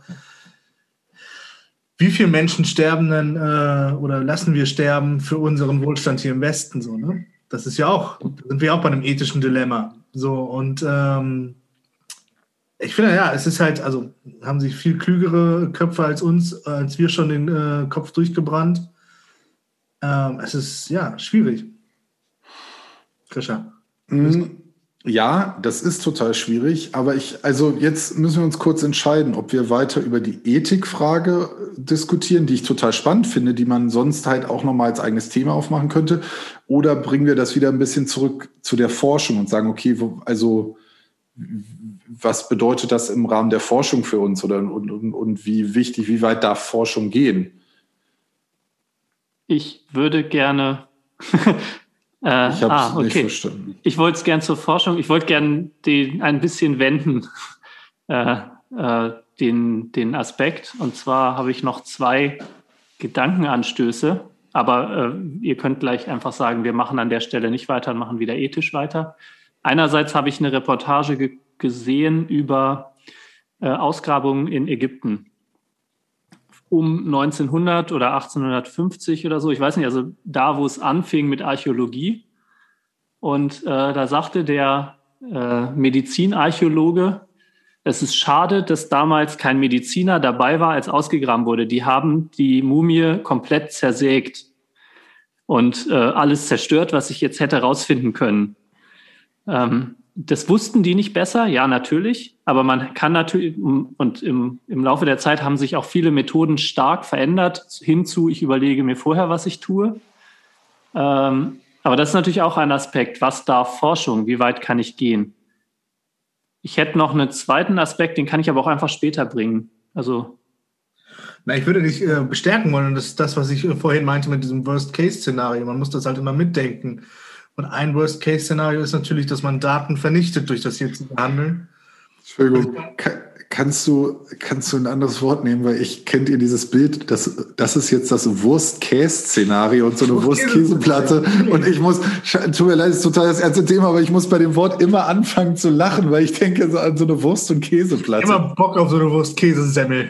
wie viele Menschen sterben denn äh, oder lassen wir sterben für unseren Wohlstand hier im Westen? So, ne? Das ist ja auch, da sind wir auch bei einem ethischen Dilemma. So, und ähm, ich finde, ja, es ist halt, also haben sich viel klügere Köpfe als uns, als wir schon den äh, Kopf durchgebrannt. Ähm, es ist, ja, schwierig. Krisha.
Mhm. Ja, das ist total schwierig, aber ich, also jetzt müssen wir uns kurz entscheiden, ob wir weiter über die Ethikfrage diskutieren, die ich total spannend finde, die man sonst halt auch nochmal als eigenes Thema aufmachen könnte, oder bringen wir das wieder ein bisschen zurück zu der Forschung und sagen, okay, wo, also was bedeutet das im Rahmen der Forschung für uns oder und, und, und wie wichtig, wie weit darf Forschung gehen?
Ich würde gerne
Äh, ich habe es
ah, okay.
nicht verstanden.
Ich wollte es gern zur Forschung, ich wollte gern den ein bisschen wenden, äh, äh, den, den Aspekt. Und zwar habe ich noch zwei Gedankenanstöße, aber äh, ihr könnt gleich einfach sagen, wir machen an der Stelle nicht weiter und machen wieder ethisch weiter. Einerseits habe ich eine Reportage ge- gesehen über äh, Ausgrabungen in Ägypten. um neunzehnhundert oder achtzehnhundertfünfzig oder so, ich weiß nicht, also da, wo es anfing mit Archäologie. Und äh, da sagte der äh, Medizinarchäologe, es ist schade, dass damals kein Mediziner dabei war, als ausgegraben wurde. Die haben die Mumie komplett zersägt und äh, alles zerstört, was ich jetzt hätte rausfinden können. Ähm, das wussten die nicht besser, ja, natürlich. Aber man kann natürlich, und im, im Laufe der Zeit haben sich auch viele Methoden stark verändert, hinzu, ich überlege mir vorher, was ich tue. Ähm, aber das ist natürlich auch ein Aspekt. Was darf Forschung? Wie weit kann ich gehen? Ich hätte noch einen zweiten Aspekt, den kann ich aber auch einfach später bringen. Also
Na, ich würde dich äh, bestärken wollen. Und das ist das, was ich äh, vorhin meinte mit diesem Worst-Case-Szenario. Man muss das halt immer mitdenken. Und ein Worst-Case-Szenario ist natürlich, dass man Daten vernichtet durch das jetzige Handeln.
Entschuldigung, kann, kannst du, kannst du ein anderes Wort nehmen, weil ich kennt ihr dieses Bild, das, das ist jetzt das Wurst-Käse-Szenario und so eine Wurst-Käse-Platte und ich muss, tut mir leid, das ist total das ernste Thema, aber ich muss bei dem Wort immer anfangen zu lachen, weil ich denke so an so eine Wurst- und Käseplatte.
Immer Bock auf so eine Wurst-Käse-Semmel.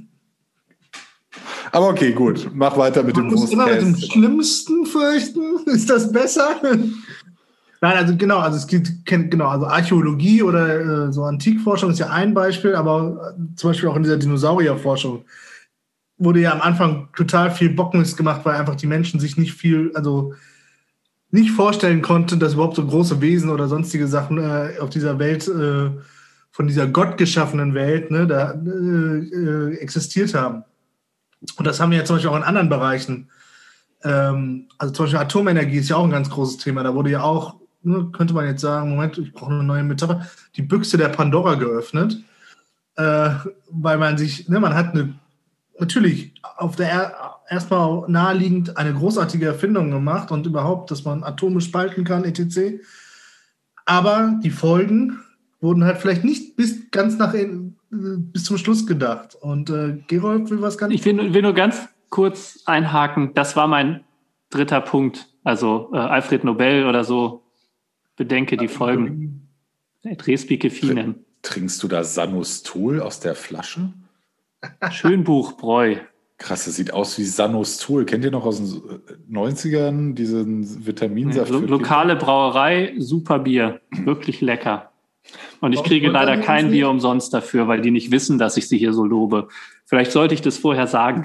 Aber okay, gut, mach weiter mit
Man
dem
muss immer mit dem
Wurst-Käse.
Schlimmsten fürchten. Ist das besser? Nein, also genau, also es gibt genau, also Archäologie oder äh, so Antikforschung ist ja ein Beispiel, aber äh, zum Beispiel auch in dieser Dinosaurierforschung wurde ja am Anfang total viel Bockmist gemacht, weil einfach die Menschen sich nicht viel, also nicht vorstellen konnten, dass überhaupt so große Wesen oder sonstige Sachen äh, auf dieser Welt, äh, von dieser gottgeschaffenen Welt, ne, da äh, äh, existiert haben. Und das haben wir ja zum Beispiel auch in anderen Bereichen. Ähm, also zum Beispiel Atomenergie ist ja auch ein ganz großes Thema. Da wurde ja auch, ne, könnte man jetzt sagen, Moment, ich brauche eine neue Metapher, die Büchse der Pandora geöffnet, äh, weil man sich, ne, man hat eine, natürlich auf der er, erstmal naheliegend eine großartige Erfindung gemacht und überhaupt, dass man Atome spalten kann, et cetera. Aber die Folgen wurden halt vielleicht nicht bis ganz nach in, bis zum Schluss gedacht. Und äh, Gerolf will was ganz...
Ich will, will nur ganz kurz einhaken. Das war mein dritter Punkt. Also äh, Alfred Nobel oder so. Bedenke die Folgen. Dresbike Finen.
Trinkst du da Sanostol aus der Flasche?
Schönbuchbräu.
Krass, das sieht aus wie Sanostol. Kennt ihr noch aus den neunzigern diesen Vitaminsaft?
Lo- lokale Brauerei, super Bier. Wirklich lecker. Und ich kriege leider kein Bier umsonst dafür, weil die nicht wissen, dass ich sie hier so lobe. Vielleicht sollte ich das vorher sagen.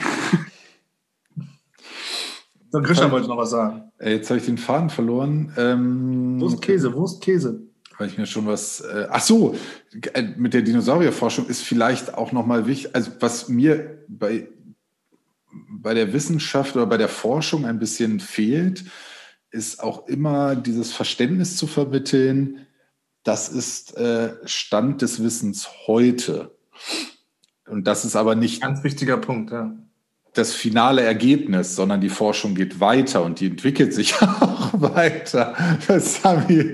So, Christian wollte noch was sagen.
Jetzt habe ich den Faden verloren. Ähm,
Wurstkäse, Wurstkäse.
Weil ich mir schon was... Äh, ach so, äh, mit der Dinosaurierforschung ist vielleicht auch nochmal wichtig, also was mir bei, bei der Wissenschaft oder bei der Forschung ein bisschen fehlt, ist auch immer dieses Verständnis zu vermitteln, das ist äh, Stand des Wissens heute. Und das ist aber nicht
Ganz wichtiger Punkt, ja.
das finale Ergebnis, sondern die Forschung geht weiter und die entwickelt sich auch weiter. Das haben wir.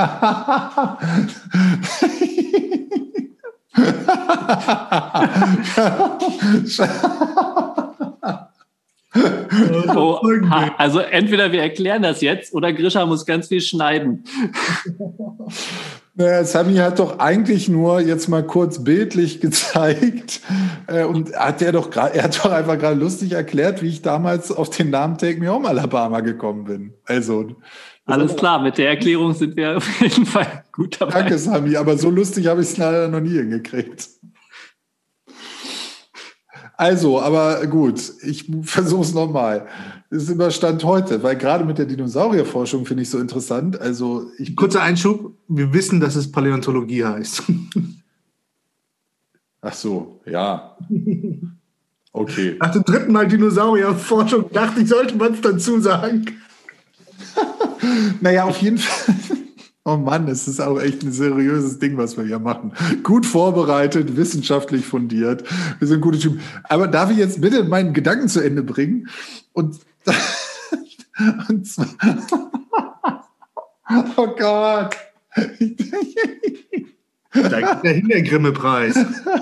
Oh, ha, also entweder wir erklären das jetzt oder Grisha muss ganz viel schneiden.
Naja, Sami hat doch eigentlich nur jetzt mal kurz bildlich gezeigt äh, und hat er doch gerade, er hat doch einfach gerade lustig erklärt, wie ich damals auf den Namen Take Me Home Alabama gekommen bin. Also
alles klar, mit der Erklärung sind wir auf jeden Fall gut dabei.
Danke, Sami, aber so lustig habe ich es leider noch nie hingekriegt. Also, aber gut, ich versuche es nochmal. Das ist immer Stand heute, weil gerade mit der Dinosaurierforschung finde ich so interessant. Also ich
Kurzer Einschub, wir wissen, dass es Paläontologie heißt.
Ach so, ja. Okay.
Nach dem dritten Mal Dinosaurierforschung dachte ich, sollte man es dazu sagen.
Naja, auf jeden Fall. Oh Mann, es ist auch echt ein seriöses Ding, was wir hier machen. Gut vorbereitet, wissenschaftlich fundiert. Wir sind gute Typen. Aber darf ich jetzt bitte meinen Gedanken zu Ende bringen? Und, und zwar, oh Gott.
Da gibt der Hintergrimme-Preis.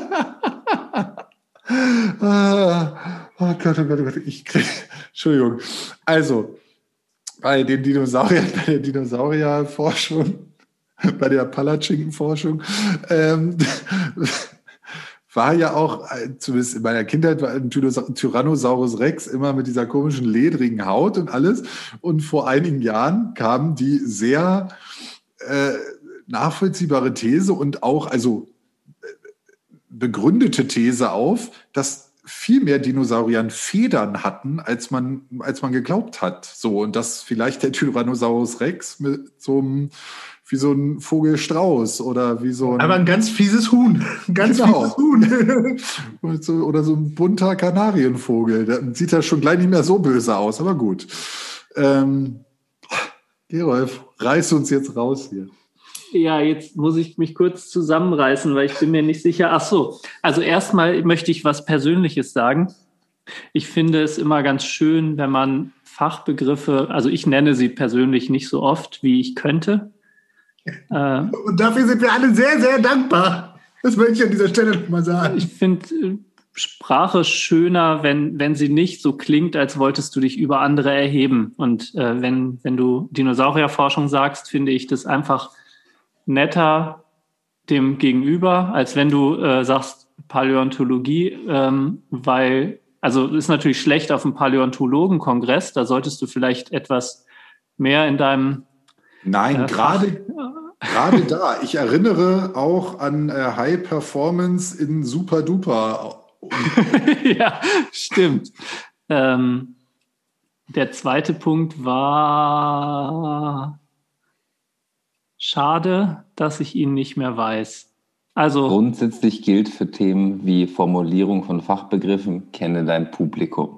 Oh Gott, oh Gott, oh Gott. Ich krieg, Entschuldigung. Also, bei den Dinosauriern, bei der Dinosaurierforschung, bei der Palatschinken-Forschung, ähm, war ja auch, zumindest in meiner Kindheit, war ein Tyrannosaurus Rex immer mit dieser komischen ledrigen Haut und alles. Und vor einigen Jahren kam die sehr äh, nachvollziehbare These und auch, also äh, begründete These auf, dass viel mehr Dinosaurier Federn hatten, als man, als man geglaubt hat. So, und dass vielleicht der Tyrannosaurus Rex mit so einem, wie so ein Vogelstrauß oder wie so ein...
Aber ein ganz fieses Huhn. Ein ganz
genau.
fieses Huhn.
Oder so ein bunter Kanarienvogel. Da sieht ja schon gleich nicht mehr so böse aus, aber gut. Ähm, Gerolf, reiß uns jetzt raus hier.
Ja, jetzt muss ich mich kurz zusammenreißen, weil ich bin mir nicht sicher. Ach so, also erstmal möchte ich was Persönliches sagen. Ich finde es immer ganz schön, wenn man Fachbegriffe, also ich nenne sie persönlich nicht so oft, wie ich könnte. Äh,
Und dafür sind wir alle sehr, sehr dankbar. Das möchte ich an dieser Stelle nochmal sagen.
Ich finde Sprache schöner, wenn, wenn sie nicht so klingt, als wolltest du dich über andere erheben. Und äh, wenn, wenn du Dinosaurierforschung sagst, finde ich das einfach netter dem Gegenüber, als wenn du äh, sagst Paläontologie, ähm, weil, also ist natürlich schlecht auf dem Paläontologenkongress, da solltest du vielleicht etwas mehr in deinem
Nein,
äh,
gerade gerade da. Ich erinnere auch an äh, High Performance in Super Duper.
Ja, stimmt. Ähm, der zweite Punkt war schade, dass ich ihn nicht mehr weiß. Also
grundsätzlich gilt für Themen wie Formulierung von Fachbegriffen, kenne dein Publikum.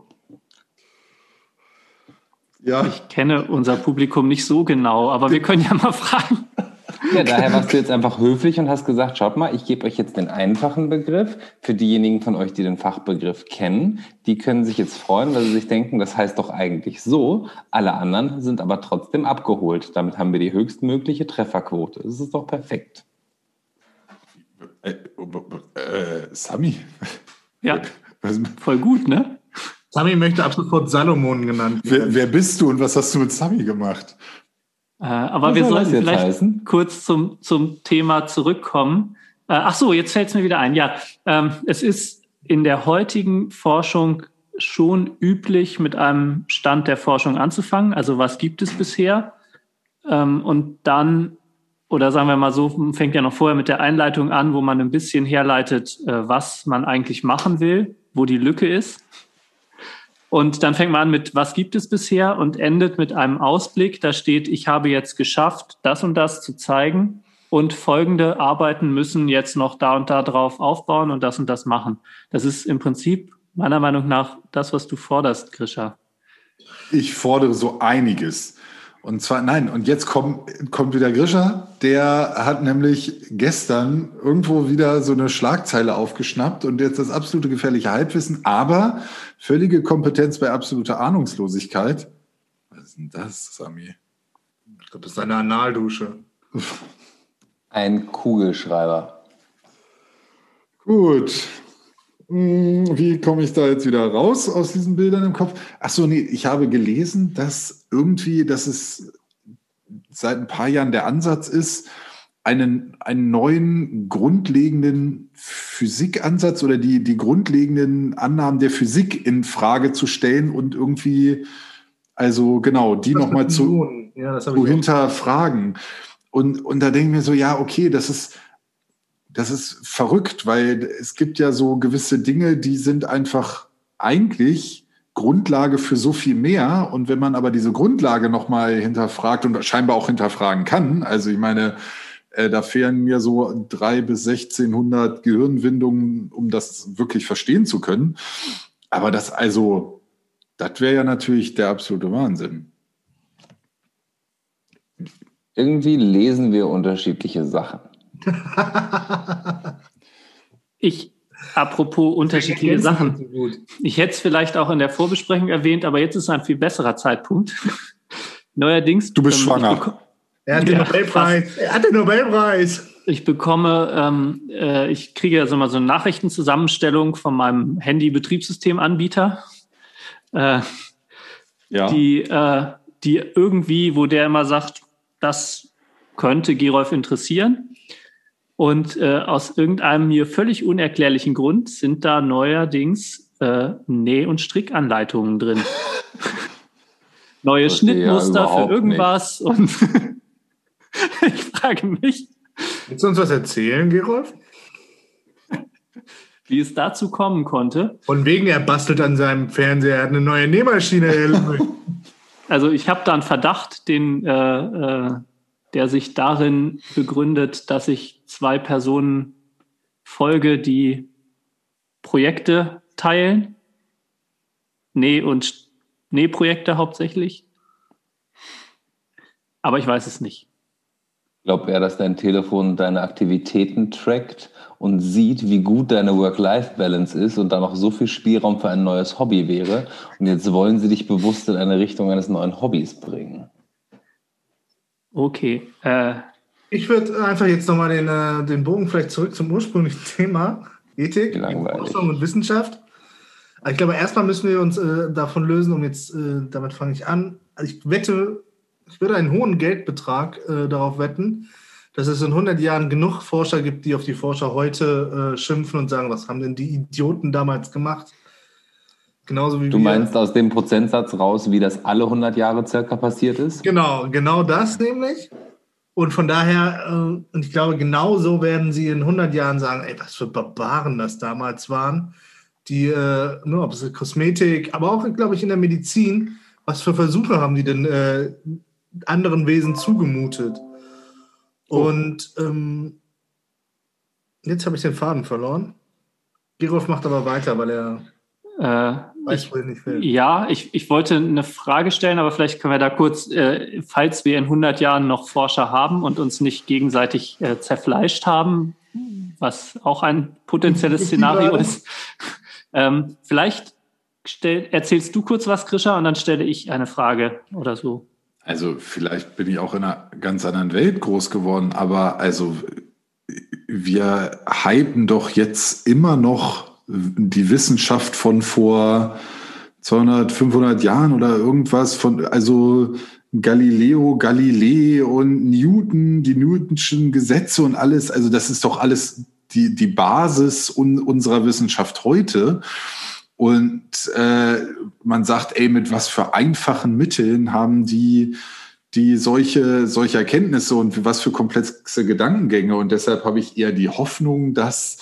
Ja.
Ich kenne unser Publikum nicht so genau, aber wir können ja mal fragen.
Ja, daher warst du jetzt einfach höflich und hast gesagt, schaut mal, ich gebe euch jetzt den einfachen Begriff. Für diejenigen von euch, die den Fachbegriff kennen, die können sich jetzt freuen, weil sie sich denken, das heißt doch eigentlich so. Alle anderen sind aber trotzdem abgeholt. Damit haben wir die höchstmögliche Trefferquote. Das ist doch perfekt.
Äh, äh, Sami?
Ja, voll gut, ne?
Sami möchte ab sofort Salomon genannt werden.
Wer, wer bist du und was hast du mit Sami gemacht?
Äh, aber
Was
wir
soll
sollten
das jetzt
vielleicht
heißen?
kurz zum, zum Thema zurückkommen. Äh, ach so, jetzt fällt es mir wieder ein. Ja, ähm, es ist in der heutigen Forschung schon üblich, mit einem Stand der Forschung anzufangen. Also was gibt es bisher? Ähm, und dann, oder sagen wir mal so, fängt ja noch vorher mit der Einleitung an, wo man ein bisschen herleitet, äh, was man eigentlich machen will, wo die Lücke ist. Und dann fängt man an mit, was gibt es bisher und endet mit einem Ausblick. Da steht, ich habe jetzt geschafft, das und das zu zeigen und folgende Arbeiten müssen jetzt noch da und da drauf aufbauen und das und das machen. Das ist im Prinzip meiner Meinung nach das, was du forderst, Grisha.
Ich fordere so einiges. Und zwar, nein, und jetzt kommt, kommt wieder Grisha, der hat nämlich gestern irgendwo wieder so eine Schlagzeile aufgeschnappt und jetzt das absolute gefährliche Halbwissen, aber völlige Kompetenz bei absoluter Ahnungslosigkeit. Was ist denn das, Sami?
Ich glaube, das ist eine Analdusche.
Ein Kugelschreiber.
Gut. Wie komme ich da jetzt wieder raus aus diesen Bildern im Kopf? Ach so, nee, ich habe gelesen, dass irgendwie, dass es seit ein paar Jahren der Ansatz ist, einen, einen neuen grundlegenden Physikansatz oder die, die grundlegenden Annahmen der Physik in Frage zu stellen und irgendwie, also genau, die nochmal zu,
ja,
zu hinterfragen. Und, und da denke ich mir so, ja, okay, das ist, das ist verrückt, weil es gibt ja so gewisse Dinge, die sind einfach eigentlich Grundlage für so viel mehr. Und wenn man aber diese Grundlage nochmal hinterfragt und scheinbar auch hinterfragen kann, also ich meine, äh, da fehlen mir so drei bis sechzehnhundert Gehirnwindungen, um das wirklich verstehen zu können. Aber das also, das wäre ja natürlich der absolute Wahnsinn.
Irgendwie lesen wir unterschiedliche Sachen.
Ich, apropos unterschiedliche Sachen, ich hätte es vielleicht auch in der Vorbesprechung erwähnt, aber jetzt ist ein viel besserer Zeitpunkt. Neuerdings.
Du bist
ähm,
schwanger.
Er hat den
Ja,
Nobelpreis.
fast.
Er hat den Nobelpreis.
Ich bekomme, ähm, äh, ich kriege also mal so eine Nachrichtenzusammenstellung von meinem Handy-Betriebssystemanbieter, äh,
Ja.
die, äh, die irgendwie, wo der immer sagt, das könnte Gerolf interessieren. Und äh, aus irgendeinem mir völlig unerklärlichen Grund sind da neuerdings äh, Näh- und Strickanleitungen drin. Neue
Verstehe
Schnittmuster
ja
für irgendwas. Nicht. Und ich frage mich.
Willst du uns was erzählen, Gerolf?
Wie es dazu kommen konnte.
Von wegen, er bastelt an seinem Fernseher, er hat eine neue Nähmaschine.
Also ich habe da einen Verdacht, den, äh, äh, der sich darin begründet, dass ich zwei Personen folge, die Projekte teilen. Näh- und Nähprojekte hauptsächlich. Aber ich weiß es nicht.
Ich glaube eher, dass dein Telefon deine Aktivitäten trackt und sieht, wie gut deine Work-Life-Balance ist und da noch so viel Spielraum für ein neues Hobby wäre. Und jetzt wollen sie dich bewusst in eine Richtung eines neuen Hobbys bringen.
Okay. Äh,
ich würde einfach jetzt nochmal den, äh, den Bogen vielleicht zurück zum ursprünglichen Thema. Ethik, Forschung und Wissenschaft. Aber ich glaube, erstmal müssen wir uns äh, davon lösen, um jetzt, äh, damit fange ich an. Also ich wette, ich würde einen hohen Geldbetrag äh, darauf wetten, dass es in hundert Jahren genug Forscher gibt, die auf die Forscher heute äh, schimpfen und sagen, was haben denn die Idioten damals gemacht? Genauso wie
du
wir.
meinst aus dem Prozentsatz raus, wie das alle hundert Jahre circa passiert ist?
Genau, genau das nämlich. Und von daher, äh, und ich glaube, genau so werden sie in hundert Jahren sagen, ey, was für Barbaren das damals waren, die, äh, nur ob es Kosmetik, aber auch, glaube ich, in der Medizin, was für Versuche haben die denn äh, anderen Wesen zugemutet? Oh. Und ähm, jetzt habe ich den Faden verloren. Gerolf macht aber weiter, weil er
äh,
weiß,
ich,
wo er nicht will.
Ja, ich, ich wollte eine Frage stellen, aber vielleicht können wir da kurz, äh, falls wir in hundert Jahren noch Forscher haben und uns nicht gegenseitig äh, zerfleischt haben, was auch ein potenzielles Szenario ist, ähm, vielleicht stell, erzählst du kurz was, Grisha, und dann stelle ich eine Frage oder so.
Also vielleicht bin ich auch in einer ganz anderen Welt groß geworden, aber also wir hypen doch jetzt immer noch die Wissenschaft von vor zweihundert, fünfhundert Jahren oder irgendwas von, also Galileo, Galilei und Newton, die Newtonschen Gesetze und alles, also das ist doch alles die, die Basis un, unserer Wissenschaft heute. Und äh, man sagt, ey, mit was für einfachen Mitteln haben die, die solche, solche Erkenntnisse und was für komplexe Gedankengänge. Und deshalb habe ich eher die Hoffnung, dass,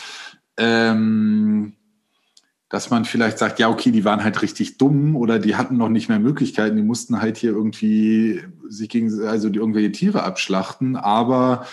ähm, dass man vielleicht sagt, ja, okay, die waren halt richtig dumm oder die hatten noch nicht mehr Möglichkeiten, die mussten halt hier irgendwie sich gegen, also die irgendwelche Tiere abschlachten, aber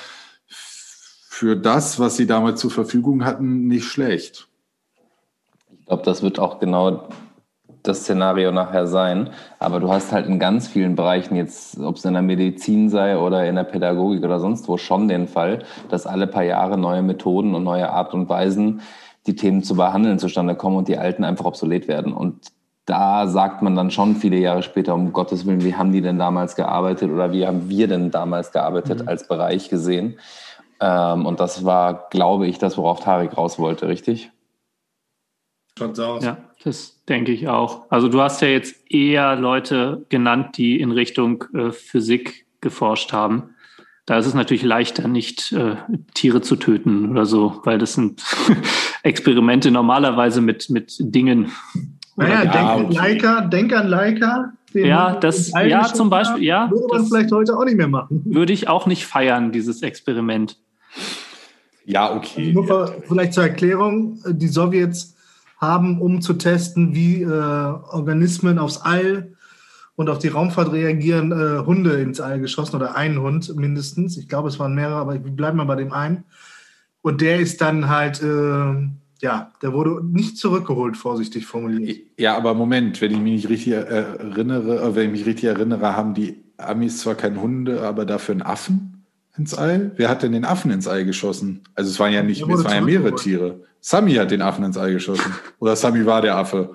für das, was sie damals zur Verfügung hatten, nicht schlecht.
Ich glaube, das wird auch genau das Szenario nachher sein. Aber du hast halt in ganz vielen Bereichen jetzt, ob es in der Medizin sei oder in der Pädagogik oder sonst wo, schon den Fall, dass alle paar Jahre neue Methoden und neue Art und Weisen, die Themen zu behandeln, zustande kommen und die alten einfach obsolet werden. Und da sagt man dann schon viele Jahre später, um Gottes Willen, wie haben die denn damals gearbeitet oder wie haben wir denn damals gearbeitet mhm. als Bereich gesehen? Ähm, und das war, glaube ich, das, worauf Tarek raus wollte, richtig?
Schaut's aus.
Ja, das denke ich auch. Also du hast ja jetzt eher Leute genannt, die in Richtung äh, Physik geforscht haben. Da ist es natürlich leichter, nicht äh, Tiere zu töten oder so, weil das sind Experimente normalerweise mit, mit Dingen.
Naja,
ja,
denk an
okay.
Leica, denk an Leica.
Ja, das, ja, zum Beispiel,
haben,
ja.
Würde man vielleicht heute auch nicht mehr machen.
Würde ich auch nicht feiern, dieses Experiment.
Ja, okay.
Also nur vielleicht zur Erklärung, die Sowjets haben, um zu testen, wie äh, Organismen aufs All und auf die Raumfahrt reagieren, äh, Hunde ins All geschossen oder einen Hund mindestens. Ich glaube, es waren mehrere, aber wir bleiben mal bei dem einen. Und der ist dann halt, äh, ja, der wurde nicht zurückgeholt, vorsichtig formuliert.
Ja, aber Moment, wenn ich mich nicht richtig erinnere, wenn ich mich richtig erinnere, haben die Amis zwar keine Hunde, aber dafür einen Affen ins All. Wer hat denn den Affen ins All geschossen? Also es waren ja nicht, es waren ja mehrere Tiere. Sami hat den Affen ins All geschossen. Oder Sami war der Affe.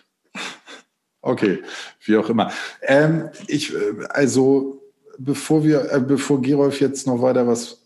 Okay, wie auch immer. Ähm, ich, also bevor wir, äh, bevor Gerolf jetzt noch weiter was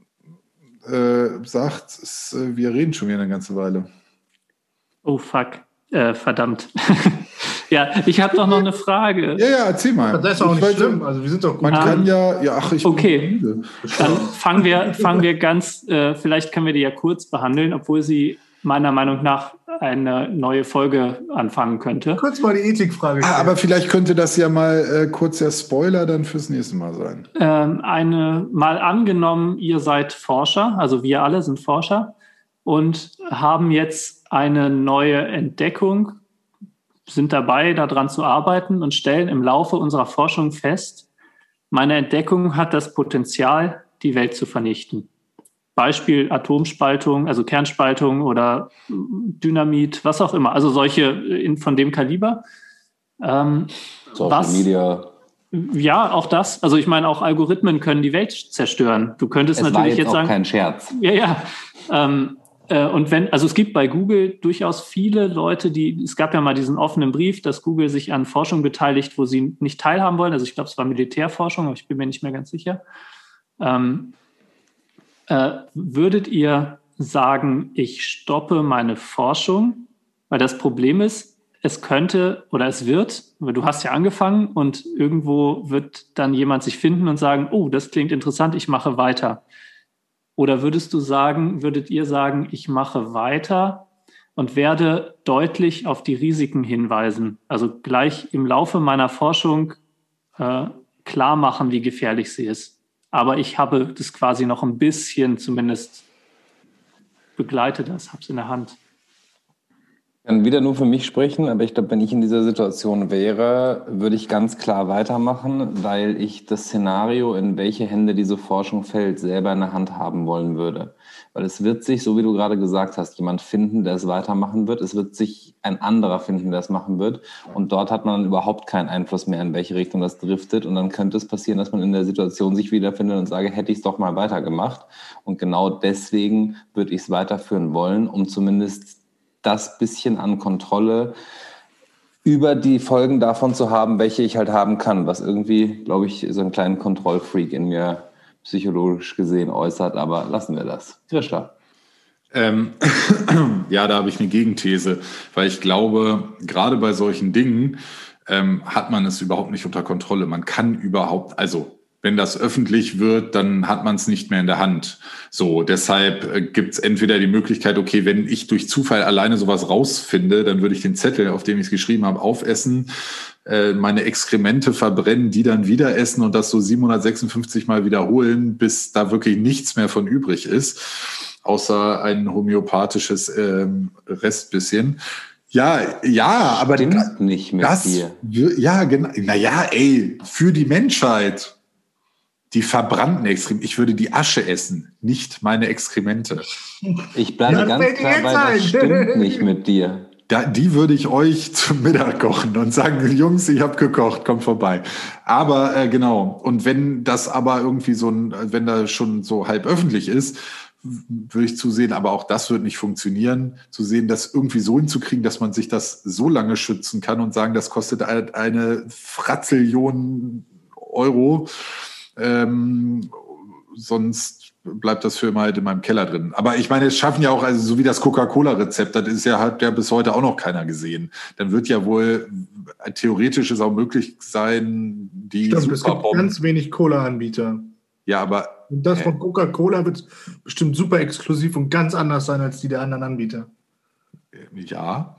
äh, sagt, ist, äh, wir reden schon wieder eine ganze Weile.
Oh fuck, äh, verdammt. Ja, ich habe doch noch eine Frage.
Ja, ja, erzähl mal.
Das ist auch
Ich
nicht
weiß,
schlimm. Also wir sind doch gut.
Man
Ah.
kann ja, ja, ach, ich
Okay.
bin müde.
Dann fangen wir, fangen wir ganz, äh, vielleicht können wir die ja kurz behandeln, obwohl sie meiner Meinung nach eine neue Folge anfangen könnte.
Kurz mal die Ethikfrage stellen.
Ah, aber vielleicht könnte das ja mal äh, kurz der Spoiler dann fürs nächste Mal sein.
Ähm, eine, mal angenommen, ihr seid Forscher, also wir alle sind Forscher und haben jetzt eine neue Entdeckung, sind dabei, daran zu arbeiten und stellen im Laufe unserer Forschung fest, meine Entdeckung hat das Potenzial, die Welt zu vernichten. Beispiel Atomspaltung, also Kernspaltung oder Dynamit, was auch immer. Also solche in, von dem Kaliber. Ähm,
Social
was,
Media.
Ja, auch das. Also ich meine, auch Algorithmen können die Welt zerstören. Du könntest
Es war
natürlich
jetzt
jetzt
auch
sagen,
kein Scherz.
ja, ja. Ähm, äh, und wenn, also es gibt bei Google durchaus viele Leute, die, es gab ja mal diesen offenen Brief, dass Google sich an Forschung beteiligt, wo sie nicht teilhaben wollen. Also ich glaube, es war Militärforschung, aber ich bin mir nicht mehr ganz sicher. Ähm, äh, würdet ihr sagen, ich stoppe meine Forschung? Weil das Problem ist, es könnte oder es wird, weil du hast ja angefangen und irgendwo wird dann jemand sich finden und sagen, oh, das klingt interessant, ich mache weiter. Oder würdest du sagen, würdet ihr sagen, ich mache weiter und werde deutlich auf die Risiken hinweisen? Also gleich im Laufe meiner Forschung äh, klar machen, wie gefährlich sie ist. Aber ich habe das quasi noch ein bisschen zumindest begleite das, habe es in der Hand.
Ich kann wieder nur für mich sprechen, aber ich glaube, wenn ich in dieser Situation wäre, würde ich ganz klar weitermachen, weil ich das Szenario, in welche Hände diese Forschung fällt, selber in der Hand haben wollen würde. Weil es wird sich, so wie du gerade gesagt hast, jemand finden, der es weitermachen wird. Es wird sich ein anderer finden, der es machen wird. Und dort hat man überhaupt keinen Einfluss mehr, in welche Richtung das driftet. Und dann könnte es passieren, dass man in der Situation sich wiederfindet und sage, hätte ich es doch mal weitergemacht. Und genau deswegen würde ich es weiterführen wollen, um zumindest das bisschen an Kontrolle über die Folgen davon zu haben, welche ich halt haben kann, was irgendwie, glaube ich, so einen kleinen Kontrollfreak in mir psychologisch gesehen äußert, aber lassen wir das. Grisha.
Ähm, ja, da habe ich eine Gegenthese, weil ich glaube, gerade bei solchen Dingen ähm, hat man es überhaupt nicht unter Kontrolle. Man kann überhaupt, also wenn das öffentlich wird, dann hat man es nicht mehr in der Hand. So, deshalb äh, gibt es entweder die Möglichkeit, okay, wenn ich durch Zufall alleine sowas rausfinde, dann würde ich den Zettel, auf dem ich es geschrieben habe, aufessen, äh, meine Exkremente verbrennen, die dann wieder essen und das so siebenhundertsechsundfünfzig Mal wiederholen, bis da wirklich nichts mehr von übrig ist, außer ein homöopathisches ähm, Restbisschen. Ja, ja, aber
Stimmt nicht mit
das,
dir.
Ja, genau. Naja, ey, für die Menschheit. Die verbrannten Exkremente. Ich würde die Asche essen, nicht meine Exkremente.
Ich bleibe
Ja,
ganz klar bei, das
ein.
stimmt nicht mit dir.
Da, die würde ich euch zum Mittag kochen und sagen, Jungs, ich habe gekocht, kommt vorbei. Aber äh, genau, und wenn das aber irgendwie so ein, wenn da schon so halb öffentlich ist, würde ich zusehen, aber auch das wird nicht funktionieren, zu sehen, das irgendwie so hinzukriegen, dass man sich das so lange schützen kann und sagen, das kostet eine Fratzillion Euro. Ähm, sonst bleibt das für immer halt in meinem Keller drin. Aber ich meine, es schaffen ja auch, also so wie das Coca-Cola-Rezept, das ist ja, hat ja bis heute auch noch keiner gesehen. Dann wird ja wohl theoretisch es auch möglich sein, die
Stimmt, es gibt
Superbomben-
ganz wenig Cola-Anbieter.
Ja, aber
Und das
äh,
von Coca-Cola wird bestimmt super exklusiv und ganz anders sein als die der anderen Anbieter.
ja.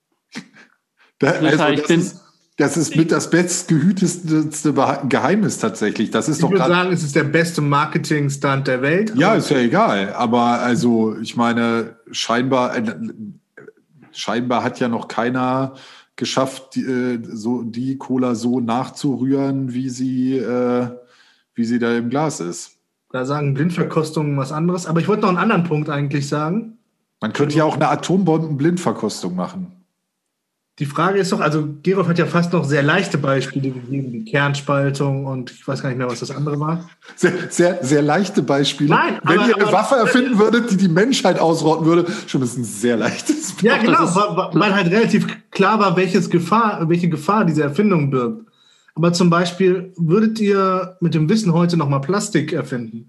Da,
Sicher, ich
das
bin-
ist, das ist mit das bestgehüteste Beha- Geheimnis tatsächlich. Das ist
Ich
doch
würde
grad-
sagen, es ist der beste Marketing-Stunt der Welt.
Ja, ist ja egal. Aber also, ich meine, scheinbar, äh, scheinbar hat ja noch keiner geschafft, die, äh, so, die Cola so nachzurühren, wie sie, äh, wie sie da im Glas ist.
Da sagen Blindverkostungen was anderes. Aber ich wollte noch einen anderen Punkt eigentlich sagen.
Man könnte ja auch eine Atombomben-Blindverkostung machen.
Die Frage ist doch, also Gerolf hat ja fast noch sehr leichte Beispiele gegeben, wie Kernspaltung und ich weiß gar nicht mehr, was das andere war.
Sehr, sehr, sehr leichte Beispiele.
Nein,
Wenn
aber-
ihr eine
aber-
Waffe erfinden würdet, die die Menschheit ausrotten würde, schon ist ein sehr leichtes.
Ja,
Doch,
genau,
das ist-
wa- weil halt relativ klar war, welches Gefahr, welche Gefahr diese Erfindung birgt. Aber zum Beispiel, würdet ihr mit dem Wissen heute nochmal Plastik erfinden?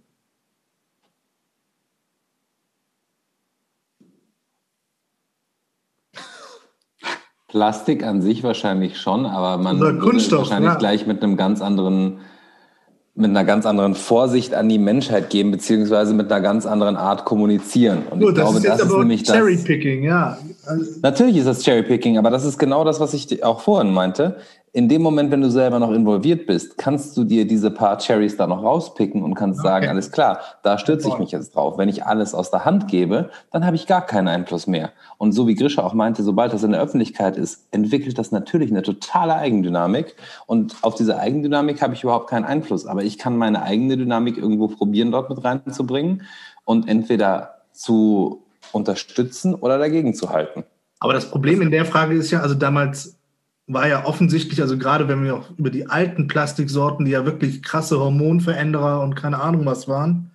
Plastik an sich wahrscheinlich schon, aber man
Oder
würde
Kunststoff,
wahrscheinlich
ja.
gleich mit einem ganz anderen, mit einer ganz anderen Vorsicht an die Menschheit gehen, beziehungsweise mit einer ganz anderen Art kommunizieren. Und
Gut,
ich glaube,
das ist jetzt
das ist
aber
nämlich das.
Cherrypicking, ja. Also,
Natürlich ist das Cherrypicking, aber das ist genau das, was ich auch vorhin meinte. In dem Moment, wenn du selber noch involviert bist, kannst du dir diese paar Cherries da noch rauspicken und kannst
Okay.
sagen, alles klar, da stürze ich mich jetzt drauf. Wenn ich alles aus der Hand gebe, dann habe ich gar keinen Einfluss mehr. Und so wie Grisha auch meinte, sobald das in der Öffentlichkeit ist, entwickelt das natürlich eine totale Eigendynamik. Und auf diese Eigendynamik habe ich überhaupt keinen Einfluss. Aber ich kann meine eigene Dynamik irgendwo probieren, dort mit reinzubringen und entweder zu unterstützen oder dagegen zu halten.
aber das Problem in der Frage ist ja, also damals war ja offensichtlich, also gerade wenn wir auch über die alten Plastiksorten, die ja wirklich krasse Hormonveränderer und keine Ahnung was waren,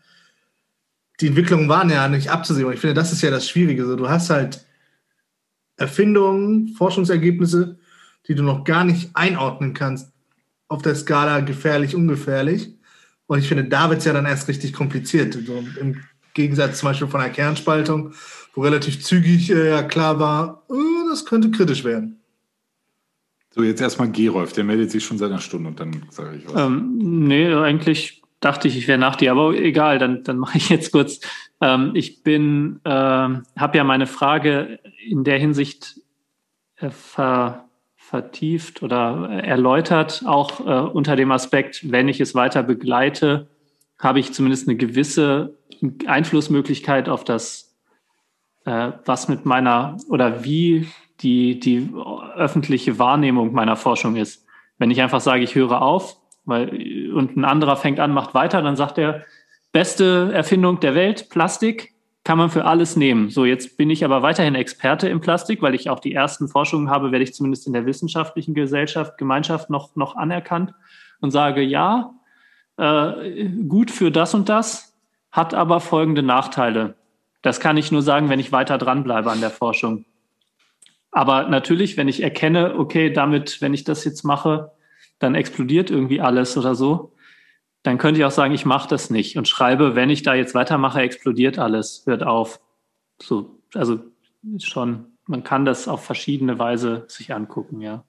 die Entwicklungen waren ja nicht abzusehen. Und ich finde, das ist ja das Schwierige. Also, du hast halt Erfindungen, Forschungsergebnisse, die du noch gar nicht einordnen kannst auf der Skala gefährlich, ungefährlich. Und ich finde, da wird es ja dann erst richtig kompliziert. So im Gegensatz zum Beispiel von einer Kernspaltung, wo relativ zügig äh, ja klar war, äh, das könnte kritisch werden.
So, jetzt erstmal Gerolf, der meldet sich schon seit einer Stunde und dann sage ich was.
Ähm, nee, eigentlich dachte ich, ich wäre nach dir, aber egal, dann, dann mache ich jetzt kurz. Ähm, ich bin, äh, habe ja meine Frage in der Hinsicht äh, ver, vertieft oder erläutert, auch äh, unter dem Aspekt, wenn ich es weiter begleite, habe ich zumindest eine gewisse Einflussmöglichkeit auf das, äh, was mit meiner oder wie die, die öffentliche Wahrnehmung meiner Forschung ist. Wenn ich einfach sage, ich höre auf, weil, und ein anderer fängt an, macht weiter, dann sagt er, beste Erfindung der Welt, Plastik, kann man für alles nehmen. So, jetzt bin ich aber weiterhin Experte im Plastik, weil ich auch die ersten Forschungen habe, werde ich zumindest in der wissenschaftlichen Gesellschaft, Gemeinschaft noch, noch anerkannt und sage, ja, äh, gut für das und das, hat aber folgende Nachteile. Das kann ich nur sagen, wenn ich weiter dranbleibe an der Forschung. Aber natürlich, wenn ich erkenne, okay, damit, wenn ich das jetzt mache, dann explodiert irgendwie alles oder so, dann könnte ich auch sagen, ich mache das nicht und schreibe, wenn ich da jetzt weitermache, explodiert alles, hört auf. So, also schon, man kann das auf verschiedene Weise sich angucken, ja.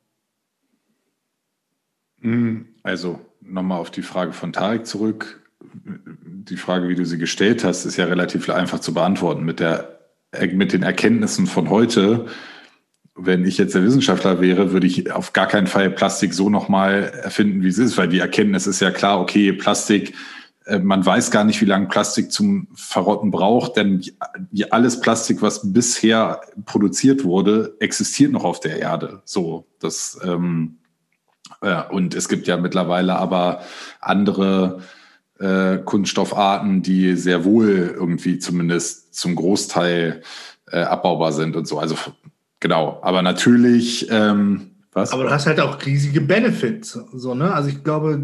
Also nochmal auf die Frage von Tarek zurück. Die Frage, wie du sie gestellt hast, ist ja relativ einfach zu beantworten. Mit der, mit den Erkenntnissen von heute, wenn ich jetzt der Wissenschaftler wäre, würde ich auf gar keinen Fall Plastik so nochmal erfinden, wie es ist, weil die Erkenntnis ist ja klar, okay, Plastik, äh, man weiß gar nicht, wie lange Plastik zum Verrotten braucht, denn alles Plastik, was bisher produziert wurde, existiert noch auf der Erde. So, das, ähm, ja, und es gibt ja mittlerweile aber andere äh, Kunststoffarten, die sehr wohl irgendwie zumindest zum Großteil äh, abbaubar sind und so. Also genau, aber natürlich, ähm, was?
Aber du hast halt auch riesige Benefits, so, ne? Also ich glaube,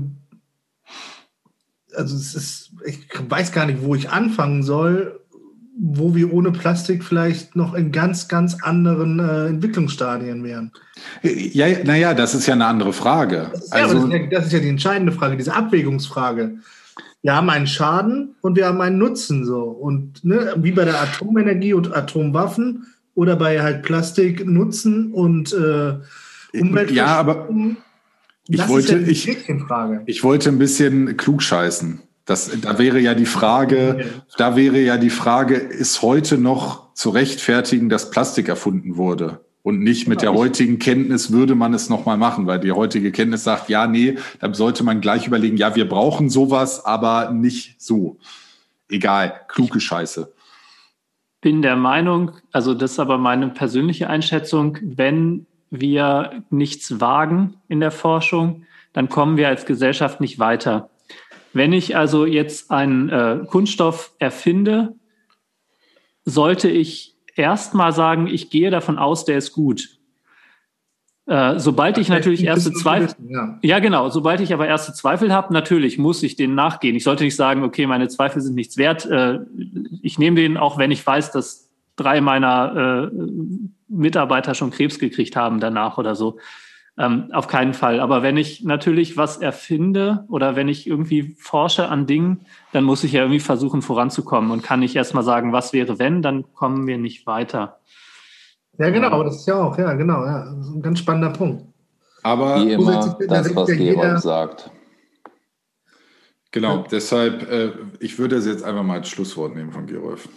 also es ist, ich weiß gar nicht, wo ich anfangen soll, wo wir ohne Plastik vielleicht noch in ganz, ganz anderen äh, Entwicklungsstadien wären.
Ja, naja, das ist ja eine andere Frage.
Das ist, ja,
Also,
das, ist ja, das ist ja die entscheidende Frage, diese Abwägungsfrage. Wir haben einen Schaden und wir haben einen Nutzen, so. Und ne, wie bei der Atomenergie und Atomwaffen, oder bei halt Plastik nutzen und äh, Umwelt.
Ja, aber ich
das
wollte,
ist ja
ich, ich wollte ein bisschen klugscheißen. Das, da wäre ja die Frage, okay. da wäre ja die Frage, ist heute noch zu rechtfertigen, dass Plastik erfunden wurde? Und nicht mit der heutigen Kenntnis würde man es nochmal machen, weil die heutige Kenntnis sagt, ja, nee, da sollte man gleich überlegen, ja, wir brauchen sowas, aber nicht so. Egal, kluge Scheiße.
Bin der Meinung, also das ist aber meine persönliche Einschätzung, wenn wir nichts wagen in der Forschung, dann kommen wir als Gesellschaft nicht weiter. Wenn ich also jetzt einen äh, Kunststoff erfinde, sollte ich erst mal sagen, ich gehe davon aus, der ist gut. Äh, sobald ich natürlich erste Zweifel, ja. ja genau, sobald ich aber erste Zweifel habe, natürlich muss ich denen nachgehen. Ich sollte nicht sagen, okay, meine Zweifel sind nichts wert. Äh, ich nehme den, auch wenn ich weiß, dass drei meiner äh, Mitarbeiter schon Krebs gekriegt haben danach oder so. Ähm, auf keinen Fall. Aber wenn ich natürlich was erfinde oder wenn ich irgendwie forsche an Dingen, dann muss ich ja irgendwie versuchen, voranzukommen und kann nicht erst mal sagen, was wäre wenn, dann kommen wir nicht weiter.
Ja, genau, aber das ist ja auch, ja, genau, ja, das ist ein ganz spannender Punkt.
Aber
wie immer das, was Gerolf sagt.
Genau, deshalb, äh, ich würde das jetzt einfach mal als Schlusswort nehmen von Gerolf.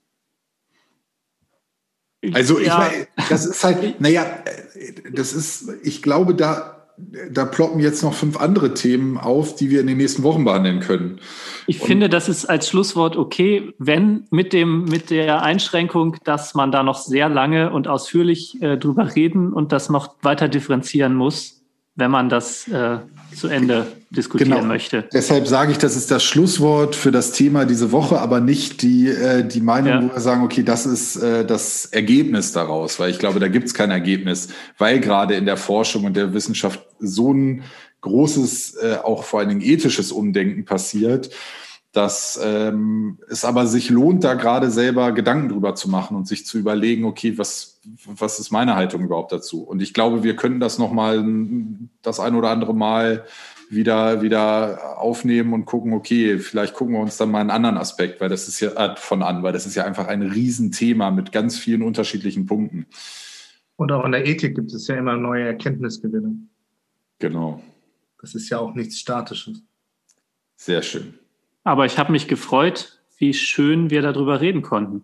Also, ja. ich meine, das ist halt, naja, das ist, ich glaube, da, da ploppen jetzt noch fünf andere Themen auf, die wir in den nächsten Wochen behandeln können.
Ich Und finde, das ist als Schlusswort okay, wenn mit dem, mit der Einschränkung, dass man da noch sehr lange und ausführlich äh, drüber reden und das noch weiter differenzieren muss, wenn man das äh, zu Ende diskutieren genau. möchte.
Deshalb sage ich, das ist das Schlusswort für das Thema diese Woche, aber nicht die, äh, die Meinung, ja. wo wir sagen, okay, das ist äh, das Ergebnis daraus, weil ich glaube, da gibt es kein Ergebnis, weil gerade in der Forschung und der Wissenschaft so ein großes, äh, auch vor allen Dingen ethisches Umdenken passiert, dass ähm, es aber sich lohnt, da gerade selber Gedanken drüber zu machen und sich zu überlegen, okay, was, was ist meine Haltung überhaupt dazu? Und ich glaube, wir können das nochmal das ein oder andere Mal wieder, wieder aufnehmen und gucken, okay, vielleicht gucken wir uns dann mal einen anderen Aspekt, weil das ist ja äh, von an, weil das ist ja einfach ein Riesenthema mit ganz vielen unterschiedlichen Punkten.
Und auch in der Ethik gibt es ja immer neue Erkenntnisgewinne.
Genau.
Das ist ja auch nichts Statisches.
Sehr schön.
Aber ich habe mich gefreut, wie schön wir darüber reden konnten.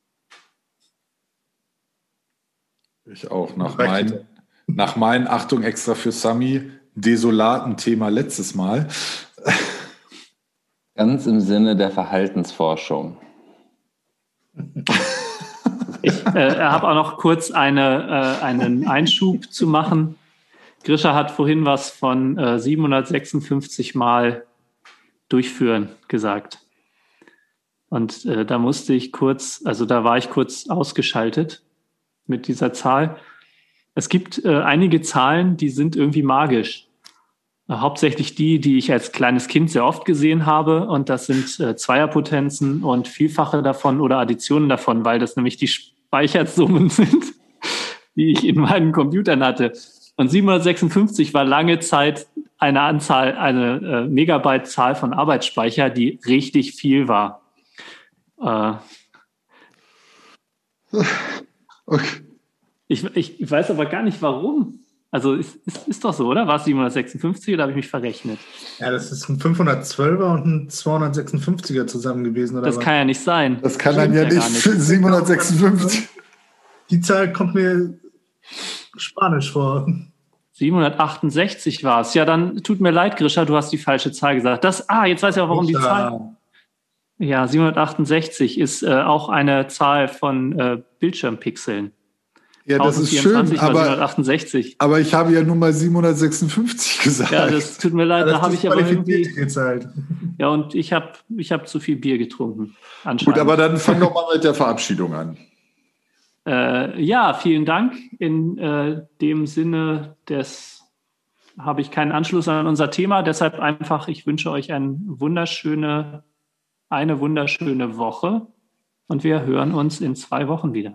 Ich auch. Nach meinen, nach meinen, Achtung extra für Sami, desolaten Thema letztes Mal.
Ganz im Sinne der Verhaltensforschung.
Ich äh, habe auch noch kurz eine, äh, einen Einschub zu machen. Grisha hat vorhin was von äh, siebenhundertsechsundfünfzig Mal durchführen gesagt. Und äh, da musste ich kurz, also da war ich kurz ausgeschaltet mit dieser Zahl. Es gibt äh, einige Zahlen, die sind irgendwie magisch. Äh, hauptsächlich die, die ich als kleines Kind sehr oft gesehen habe. Und das sind äh, Zweierpotenzen und Vielfache davon oder Additionen davon, weil das nämlich die Speichersummen sind, die ich in meinen Computern hatte. Und siebenhundertsechsundfünfzig war lange Zeit eine Anzahl, eine äh, Megabyte-Zahl von Arbeitsspeicher, die richtig viel war. Äh,
okay.
ich, ich, ich weiß aber gar nicht, warum. Also ist, ist, ist doch so, oder? War es siebenhundertsechsundfünfzig oder habe ich mich verrechnet?
Ja, das ist ein fünfhundertzwölfer und ein zweihundertsechsundfünfziger zusammen gewesen. Oder
das
was?
kann ja nicht sein.
Das kann dann ja, ja nicht für siebenhundertsechsundfünfzig.
Die Zahl kommt mir spanisch vor.
siebenhundertachtundsechzig war es. Ja, dann tut mir leid, Grisha, du hast die falsche Zahl gesagt. Das, ah, jetzt weiß ich auch, warum die Zahl... Ja, siebenhundertachtundsechzig ist äh, auch eine Zahl von äh, Bildschirmpixeln.
Ja, das ist schön, aber,
siebenhundertachtundsechzig.
aber ich habe ja nur mal siebenhundertsechsundfünfzig gesagt.
Ja, das tut mir leid, ja, da habe ich aber irgendwie...
Halt.
Ja, und ich habe ich hab zu viel Bier getrunken,
anscheinend. Gut, aber dann fang doch mal mit der Verabschiedung an.
Äh, ja, vielen Dank. In äh, dem Sinne des habe ich keinen Anschluss an unser Thema. Deshalb einfach, ich wünsche euch eine wunderschöne, eine wunderschöne Woche und wir hören uns in zwei Wochen wieder.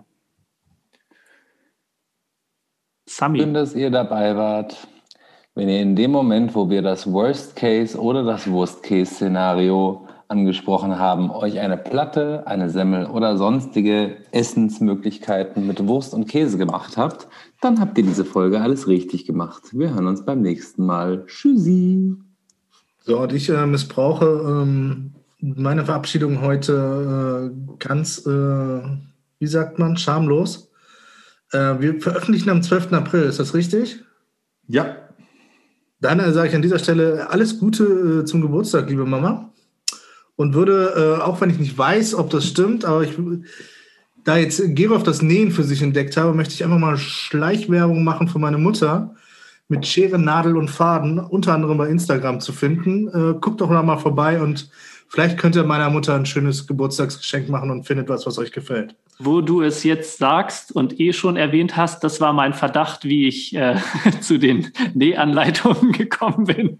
Sami.
Schön, dass ihr dabei wart. Wenn ihr in dem Moment, wo wir das Worst-Case oder das Worst-Case-Szenario angesprochen haben, euch eine Platte, eine Semmel oder sonstige Essensmöglichkeiten mit Wurst und Käse gemacht habt, dann habt ihr diese Folge alles richtig gemacht. Wir hören uns beim nächsten Mal. Tschüssi.
So, und ich äh, missbrauche ähm, meine Verabschiedung heute äh, ganz, äh, wie sagt man, schamlos. Äh, wir veröffentlichen am zwölften April, ist das richtig?
Ja.
Dann äh, sage ich an dieser Stelle alles Gute äh, zum Geburtstag, liebe Mama. Und würde, äh, auch wenn ich nicht weiß, ob das stimmt, aber ich, da jetzt Gerolf das Nähen für sich entdeckt habe, möchte ich einfach mal Schleichwerbung machen für meine Mutter mit Schere, Nadel und Faden, unter anderem bei Instagram zu finden. Äh, guckt doch mal vorbei und vielleicht könnt ihr meiner Mutter ein schönes Geburtstagsgeschenk machen und findet was, was euch gefällt.
Wo du es jetzt sagst und eh schon erwähnt hast, das war mein Verdacht, wie ich äh, zu den Nähanleitungen gekommen bin.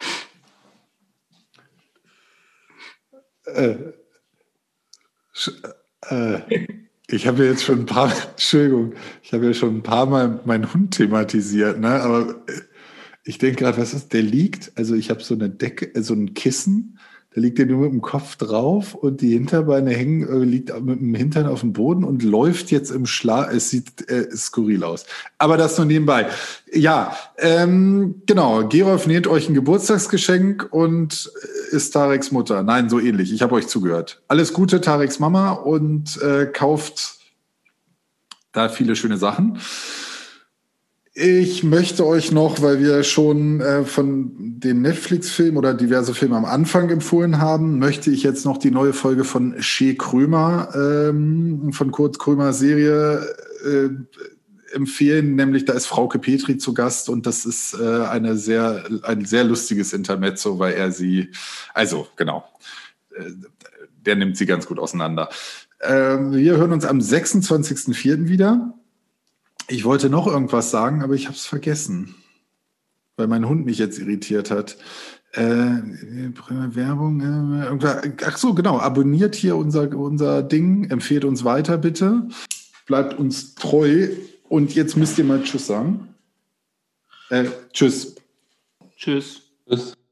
Äh, äh, ich habe ja jetzt schon ein paar, Entschuldigung, ich habe ja schon ein paar Mal meinen Hund thematisiert, ne? Aber ich denke gerade, was ist, der liegt, also ich habe so eine Decke, so ein Kissen, Da liegt er nur mit dem Kopf drauf und die Hinterbeine hängen, äh, liegt mit dem Hintern auf dem Boden und läuft jetzt im Schlaf. Es sieht äh, skurril aus. Aber das nur nebenbei. Ja, ähm, genau. Gerolf näht euch ein Geburtstagsgeschenk und ist Tareks Mutter. Nein, so ähnlich. Ich habe euch zugehört. Alles Gute, Tareks Mama, und äh, kauft da viele schöne Sachen. Ich möchte euch noch, weil wir schon äh, von dem Netflix-Film oder diverse Filme am Anfang empfohlen haben, möchte ich jetzt noch die neue Folge von Shea Krömer, ähm, von Kurt Krömers Serie äh, empfehlen. Nämlich, da ist Frauke Petri zu Gast und das ist äh, eine sehr, ein sehr lustiges Intermezzo, weil er sie, also genau, äh, der nimmt sie ganz gut auseinander. Äh, wir hören uns am sechsundzwanzigsten vierten wieder. Ich wollte noch irgendwas sagen, aber ich habe es vergessen, weil mein Hund mich jetzt irritiert hat. Äh, Werbung, äh, ach so, genau, abonniert hier unser, unser Ding, empfehlt uns weiter bitte, bleibt uns treu und jetzt müsst ihr mal Tschüss sagen. Äh, tschüss.
Tschüss.
Tschüss.